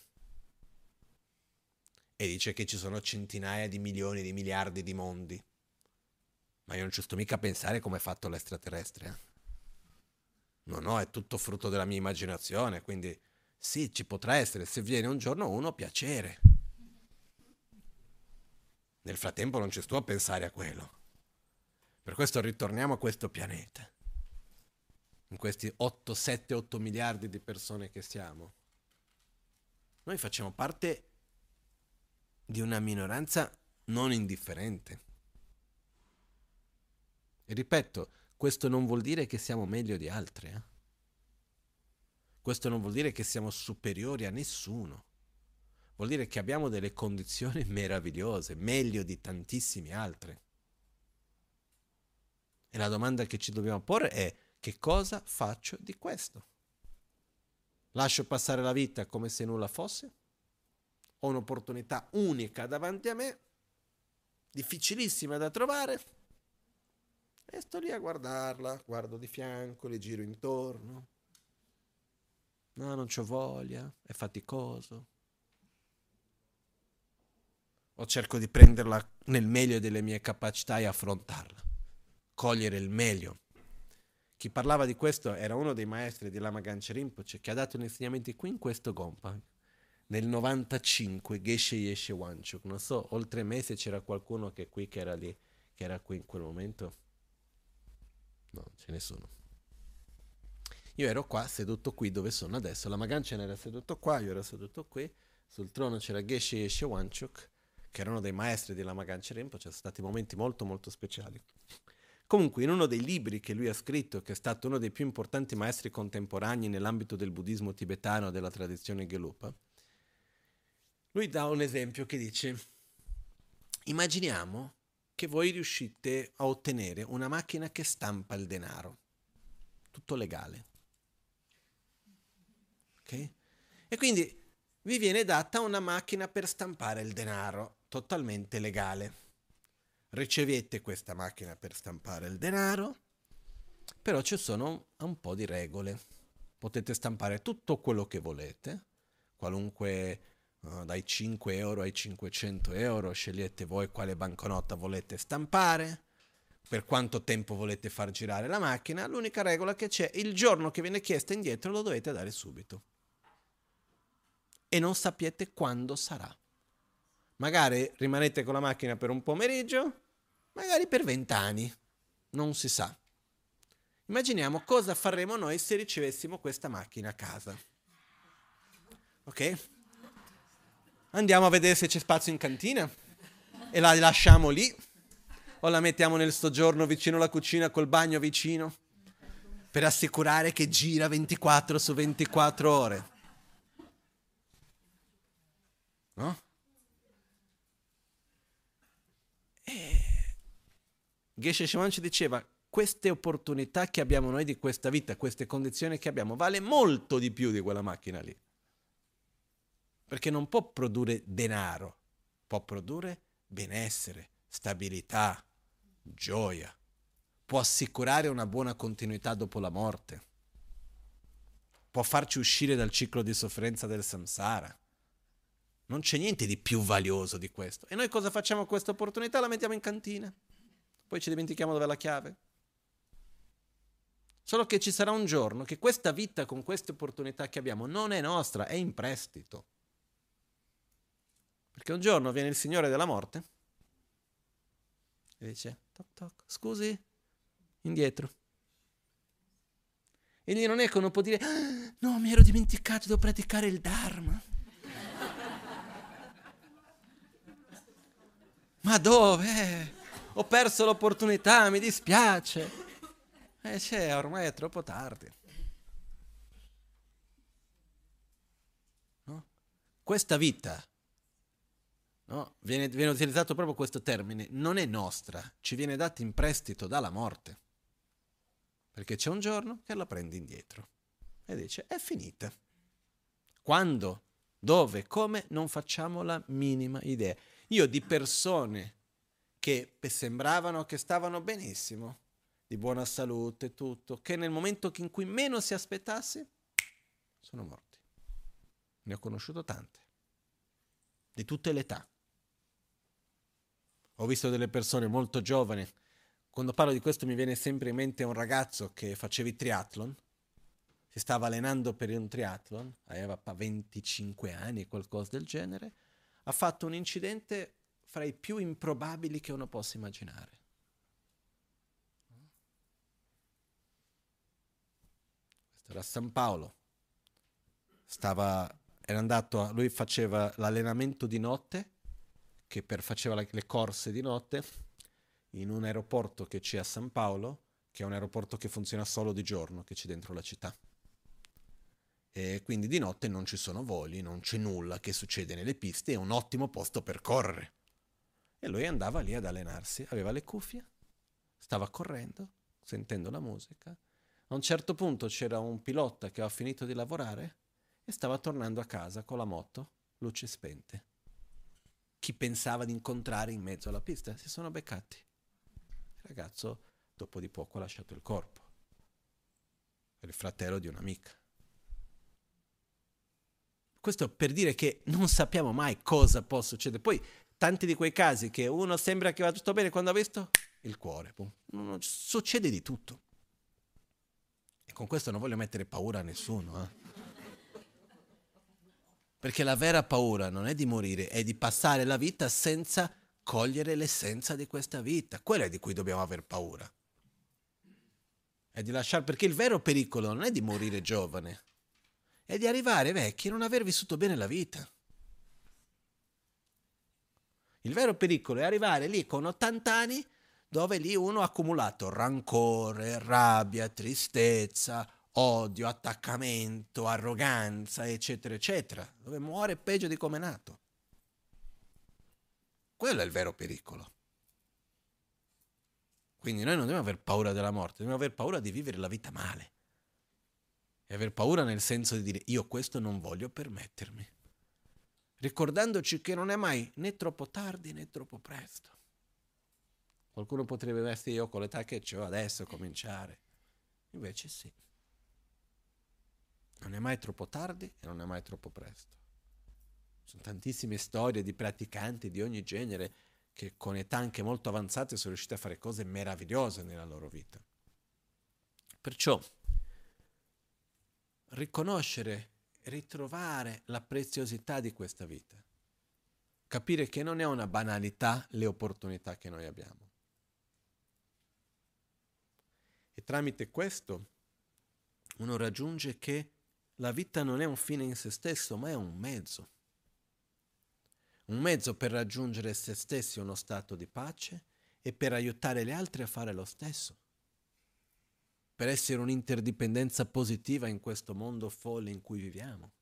E dice che ci sono centinaia di milioni, di miliardi di mondi. Ma io non ci sto mica a pensare come è fatto l'extraterrestre. Eh? No, no, è tutto frutto della mia immaginazione, quindi sì, ci potrà essere, se viene un giorno uno, piacere. Nel frattempo non ci sto a pensare a quello. Per questo ritorniamo a questo pianeta. In questi otto, sette, otto miliardi di persone che siamo. Noi facciamo parte di una minoranza non indifferente. E ripeto, questo non vuol dire che siamo meglio di altri. Eh? Questo non vuol dire che siamo superiori a nessuno. Vuol dire che abbiamo delle condizioni meravigliose, meglio di tantissimi altri. E la domanda che ci dobbiamo porre è: che cosa faccio di questo? Lascio passare la vita come se nulla fosse? Ho un'opportunità unica davanti a me, difficilissima da trovare, e sto lì a guardarla, guardo di fianco, le giro intorno. No, non c'ho voglia, è faticoso. O cerco di prenderla nel meglio delle mie capacità e affrontarla, cogliere il meglio. Chi parlava di questo era uno dei maestri di Lama Ganchen Rinpoche, che ha dato gli insegnamenti qui in questo Gompa. Nel novantacinque, Geshe Yeshe Wanchuk. Non so, oltre mese c'era qualcuno che qui che era lì, che era qui in quel momento. No, ce ne sono. Io ero qua, seduto qui dove sono adesso. Lama Ganchen era seduto qua, io ero seduto qui. Sul trono c'era Geshe Yeshe Wanchuk, che erano dei maestri di Lama Ganchen Rinpoche. Ci sono stati momenti molto molto speciali. Comunque, in uno dei libri che lui ha scritto, che è stato uno dei più importanti maestri contemporanei nell'ambito del buddismo tibetano e della tradizione Gelugpa, lui dà un esempio che dice: immaginiamo che voi riuscite a ottenere una macchina che stampa il denaro, tutto legale, ok? E quindi vi viene data una macchina per stampare il denaro, totalmente legale. Ricevete questa macchina per stampare il denaro, però ci sono un po' di regole. Potete stampare tutto quello che volete, qualunque, uh, dai cinque euro ai cinquecento euro, scegliete voi quale banconota volete stampare, per quanto tempo volete far girare la macchina. L'unica regola che c'è: il giorno che viene chiesta indietro lo dovete dare subito. E non sapete quando sarà. Magari rimanete con la macchina per un pomeriggio, magari per vent'anni, non si sa. Immaginiamo cosa faremo noi se ricevessimo questa macchina a casa. Ok? Andiamo a vedere se c'è spazio in cantina e la lasciamo lì, o la mettiamo nel soggiorno vicino alla cucina col bagno vicino, per assicurare che gira ventiquattro su ventiquattro ore. No? E Geshe Shaman ci diceva: queste opportunità che abbiamo noi di questa vita, queste condizioni che abbiamo, vale molto di più di quella macchina lì. Perché non può produrre denaro, può produrre benessere, stabilità, gioia. Può assicurare una buona continuità dopo la morte. Può farci uscire dal ciclo di sofferenza del samsara. Non c'è niente di più valioso di questo. E noi cosa facciamo con questa opportunità? La mettiamo in cantina. Poi ci dimentichiamo dove è la chiave. Solo che ci sarà un giorno che questa vita con queste opportunità che abbiamo non è nostra, è in prestito. Perché un giorno viene il Signore della morte e dice, toc toc, scusi, indietro. E lì non è che uno può dire, ah, no, mi ero dimenticato, devo praticare il Dharma. Ma dove? Eh, ho perso l'opportunità, mi dispiace. Eh, c'è, ormai è troppo tardi. No? Questa vita, no? Viene, viene utilizzato proprio questo termine, non è nostra, ci viene data in prestito dalla morte. Perché c'è un giorno che la prende indietro e dice, è finita. Quando, dove, come, non facciamo la minima idea. Io di persone che sembravano che stavano benissimo, di buona salute, tutto, che nel momento in cui meno si aspettasse, sono morti. Ne ho conosciuto tante, di tutte le età. Ho visto delle persone molto giovani. Quando parlo di questo mi viene sempre in mente un ragazzo che faceva i triathlon, si stava allenando per un triathlon, aveva venticinque anni, qualcosa del genere, ha fatto un incidente fra i più improbabili che uno possa immaginare. Questo era a San Paolo. Stava, era andato, a, lui faceva l'allenamento di notte, che per, faceva le, le corse di notte, in un aeroporto che c'è a San Paolo, che è un aeroporto che funziona solo di giorno, che c'è dentro la città. E quindi di notte non ci sono voli, non c'è nulla che succede nelle piste, è un ottimo posto per correre. E lui andava lì ad allenarsi, aveva le cuffie, stava correndo, sentendo la musica. A un certo punto c'era un pilota che aveva finito di lavorare e stava tornando a casa con la moto, luci spente. Chi pensava di incontrare in mezzo alla pista si sono beccati. Il ragazzo dopo di poco ha lasciato il corpo. Era il fratello di un'amica. Questo per dire che non sappiamo mai cosa può succedere. Poi tanti di quei casi che uno sembra che va tutto bene, quando ha visto il cuore. Boom. Non, non, succede di tutto. E con questo non voglio mettere paura a nessuno. Eh? Perché la vera paura non è di morire, è di passare la vita senza cogliere l'essenza di questa vita. Quella è di cui dobbiamo aver paura. È di lasciare, perché il vero pericolo non è di morire giovane, è di arrivare vecchi e non aver vissuto bene la vita. Il vero pericolo è arrivare lì con ottanta anni, dove lì uno ha accumulato rancore, rabbia, tristezza, odio, attaccamento, arroganza, eccetera, eccetera, dove muore peggio di come è nato. Quello è il vero pericolo. Quindi noi non dobbiamo aver paura della morte, dobbiamo aver paura di vivere la vita male. E aver paura nel senso di dire, io questo non voglio permettermi. Ricordandoci che non è mai né troppo tardi né troppo presto. Qualcuno potrebbe essere, io con l'età che ho adesso cominciare. Invece sì. Non è mai troppo tardi e non è mai troppo presto. Ci sono tantissime storie di praticanti di ogni genere che con età anche molto avanzate sono riusciti a fare cose meravigliose nella loro vita. Perciò riconoscere, ritrovare la preziosità di questa vita, capire che non è una banalità le opportunità che noi abbiamo. E tramite questo uno raggiunge che la vita non è un fine in se stesso, ma è un mezzo. Un mezzo per raggiungere se stessi uno stato di pace e per aiutare gli altri a fare lo stesso. Per essere un'interdipendenza positiva in questo mondo folle in cui viviamo.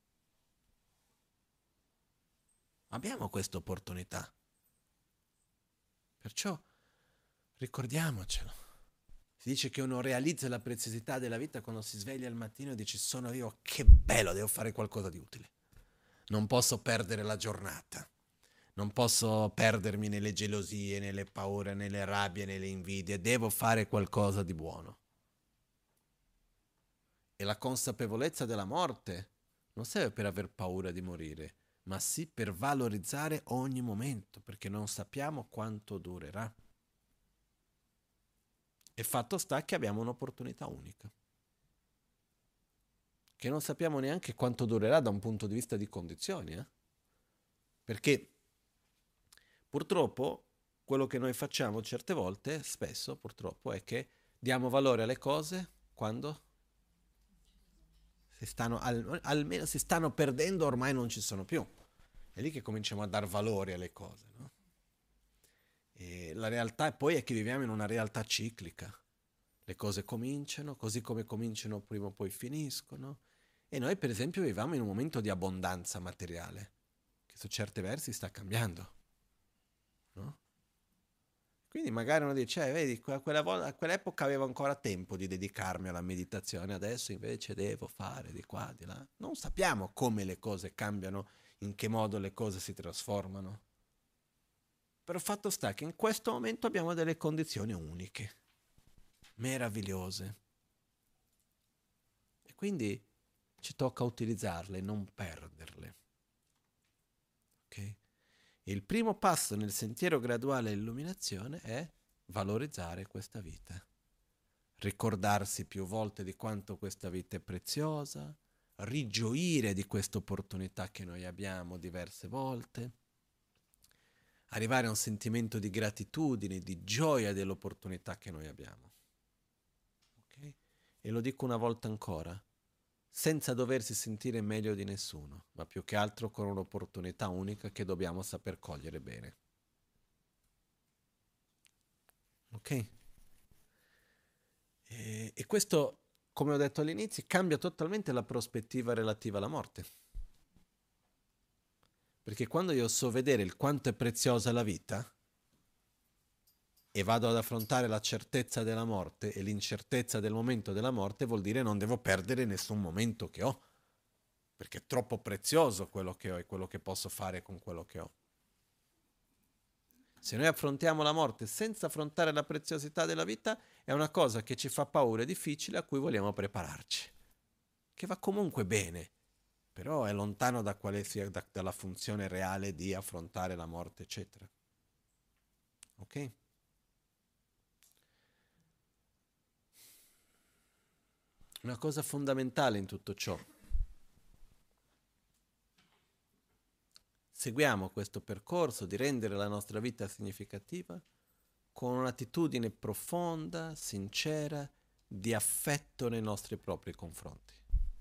Abbiamo questa opportunità. Perciò ricordiamocelo. Si dice che uno realizza la preziosità della vita quando si sveglia al mattino e dice sono io, che bello, devo fare qualcosa di utile. Non posso perdere la giornata. Non posso perdermi nelle gelosie, nelle paure, nelle rabbie, nelle invidie. Devo fare qualcosa di buono. E la consapevolezza della morte non serve per aver paura di morire, ma sì per valorizzare ogni momento, perché non sappiamo quanto durerà. E fatto sta che abbiamo un'opportunità unica. che non sappiamo neanche quanto durerà da un punto di vista di condizioni, eh? Perché purtroppo quello che noi facciamo certe volte, spesso purtroppo, è che diamo valore alle cose quando si stanno, al, almeno si stanno perdendo, ormai non ci sono più. È lì che cominciamo a dar valore alle cose, no? E la realtà poi è che viviamo in una realtà ciclica. Le cose cominciano, così come cominciano prima o poi finiscono. E noi per esempio viviamo in un momento di abbondanza materiale, che su certi versi sta cambiando, no? Quindi magari uno dice, eh, vedi, a quella volta, a quell'epoca avevo ancora tempo di dedicarmi alla meditazione, adesso invece devo fare di qua, di là. Non sappiamo come le cose cambiano, in che modo le cose si trasformano. Però il fatto sta che in questo momento abbiamo delle condizioni uniche, meravigliose. E quindi ci tocca utilizzarle, non perderle. Ok? Il primo passo nel sentiero graduale all'illuminazione è valorizzare questa vita. Ricordarsi più volte di quanto questa vita è preziosa, rigioire di questa opportunità che noi abbiamo diverse volte, arrivare a un sentimento di gratitudine, di gioia dell'opportunità che noi abbiamo. Okay? E lo dico una volta ancora, senza doversi sentire meglio di nessuno, ma più che altro con un'opportunità unica che dobbiamo saper cogliere bene. Ok? E, e questo, come ho detto all'inizio, cambia totalmente la prospettiva relativa alla morte. Perché quando io so vedere il quanto è preziosa la vita e vado ad affrontare la certezza della morte e l'incertezza del momento della morte, vuol dire non devo perdere nessun momento che ho, perché è troppo prezioso quello che ho e quello che posso fare con quello che ho. Se noi affrontiamo la morte senza affrontare la preziosità della vita, è una cosa che ci fa paura e difficile, a cui vogliamo prepararci, che va comunque bene, però è lontano da quale sia da, dalla funzione reale di affrontare la morte, eccetera. Ok? Una cosa fondamentale in tutto ciò. Seguiamo questo percorso di rendere la nostra vita significativa con un'attitudine profonda, sincera, di affetto nei nostri propri confronti.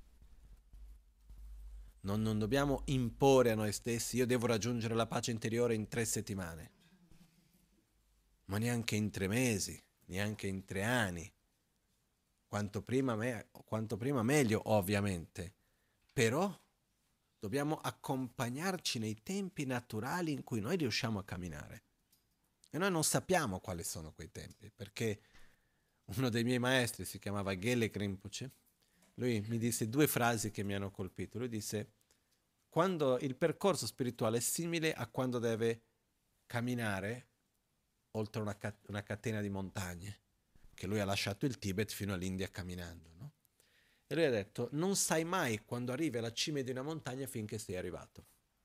Non, non dobbiamo imporre a noi stessi, io devo raggiungere la pace interiore in tre settimane, ma neanche in tre mesi, neanche in tre anni. Quanto prima, me, quanto prima meglio, ovviamente, però dobbiamo accompagnarci nei tempi naturali in cui noi riusciamo a camminare. E noi non sappiamo quali sono quei tempi, perché uno dei miei maestri si chiamava Gelek Rinpoche. Lui mi disse due frasi che mi hanno colpito. Lui disse, quando il percorso spirituale è simile a quando deve camminare oltre una, cat- una catena di montagne, che lui ha lasciato il Tibet fino all'India camminando, no? E lui ha detto, non sai mai quando arrivi alla cima di una montagna finché sei arrivato.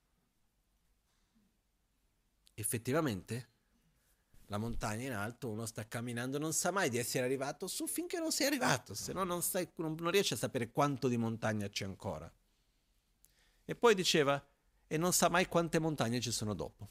Effettivamente, la montagna in alto, uno sta camminando, non sa mai di essere arrivato su finché non sei arrivato, se no non, sai, non, non riesci a sapere quanto di montagna c'è ancora. E poi diceva, e non sa mai quante montagne ci sono dopo.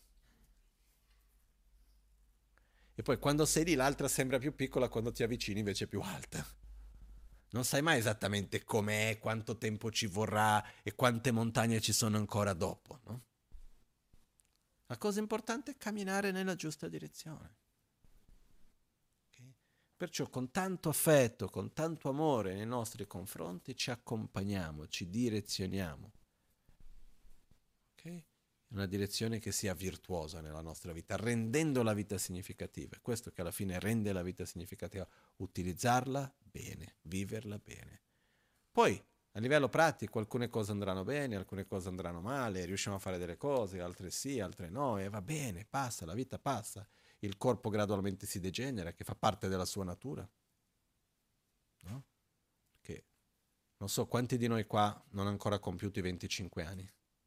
E poi quando sei lì l'altra sembra più piccola, quando ti avvicini invece è più alta. Non sai mai esattamente com'è, quanto tempo ci vorrà e quante montagne ci sono ancora dopo, no? La cosa importante è camminare nella giusta direzione. Okay? Perciò con tanto affetto, con tanto amore nei nostri confronti ci accompagniamo, ci direzioniamo. Okay? Una direzione che sia virtuosa nella nostra vita, rendendo la vita significativa. Questo che alla fine rende la vita significativa, utilizzarla bene, viverla bene. Poi, a livello pratico, alcune cose andranno bene, alcune cose andranno male, riusciamo a fare delle cose, altre sì, altre no, e va bene, passa, la vita passa. Il corpo gradualmente si degenera, che fa parte della sua natura. No? Che non so quanti di noi qua non hanno ancora compiuto i venticinque anni.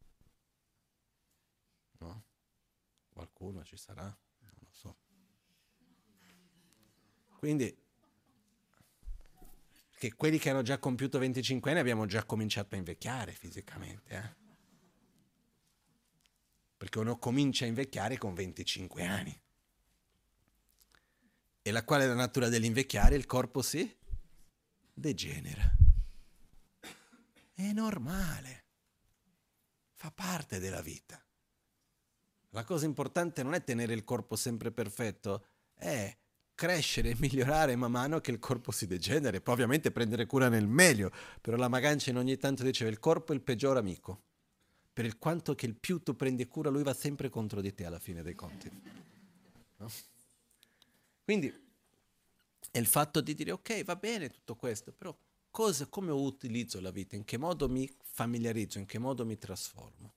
No? Qualcuno ci sarà, non lo so. Quindi Perché quelli che hanno già compiuto venticinque anni abbiamo già cominciato a invecchiare fisicamente, eh? Perché uno comincia a invecchiare con venticinque anni. E la quale è la natura dell'invecchiare? Il corpo si degenera. È normale. Fa parte della vita. La cosa importante non è tenere il corpo sempre perfetto, è crescere e migliorare man mano che il corpo si degenera. Poi ovviamente prendere cura nel meglio, però la Magancia ogni tanto diceva il corpo è il peggior amico. Per il quanto che il più tu prendi cura, lui va sempre contro di te alla fine dei conti. No? Quindi è il fatto di dire ok, va bene tutto questo, però cosa, come utilizzo la vita, in che modo mi familiarizzo, in che modo mi trasformo.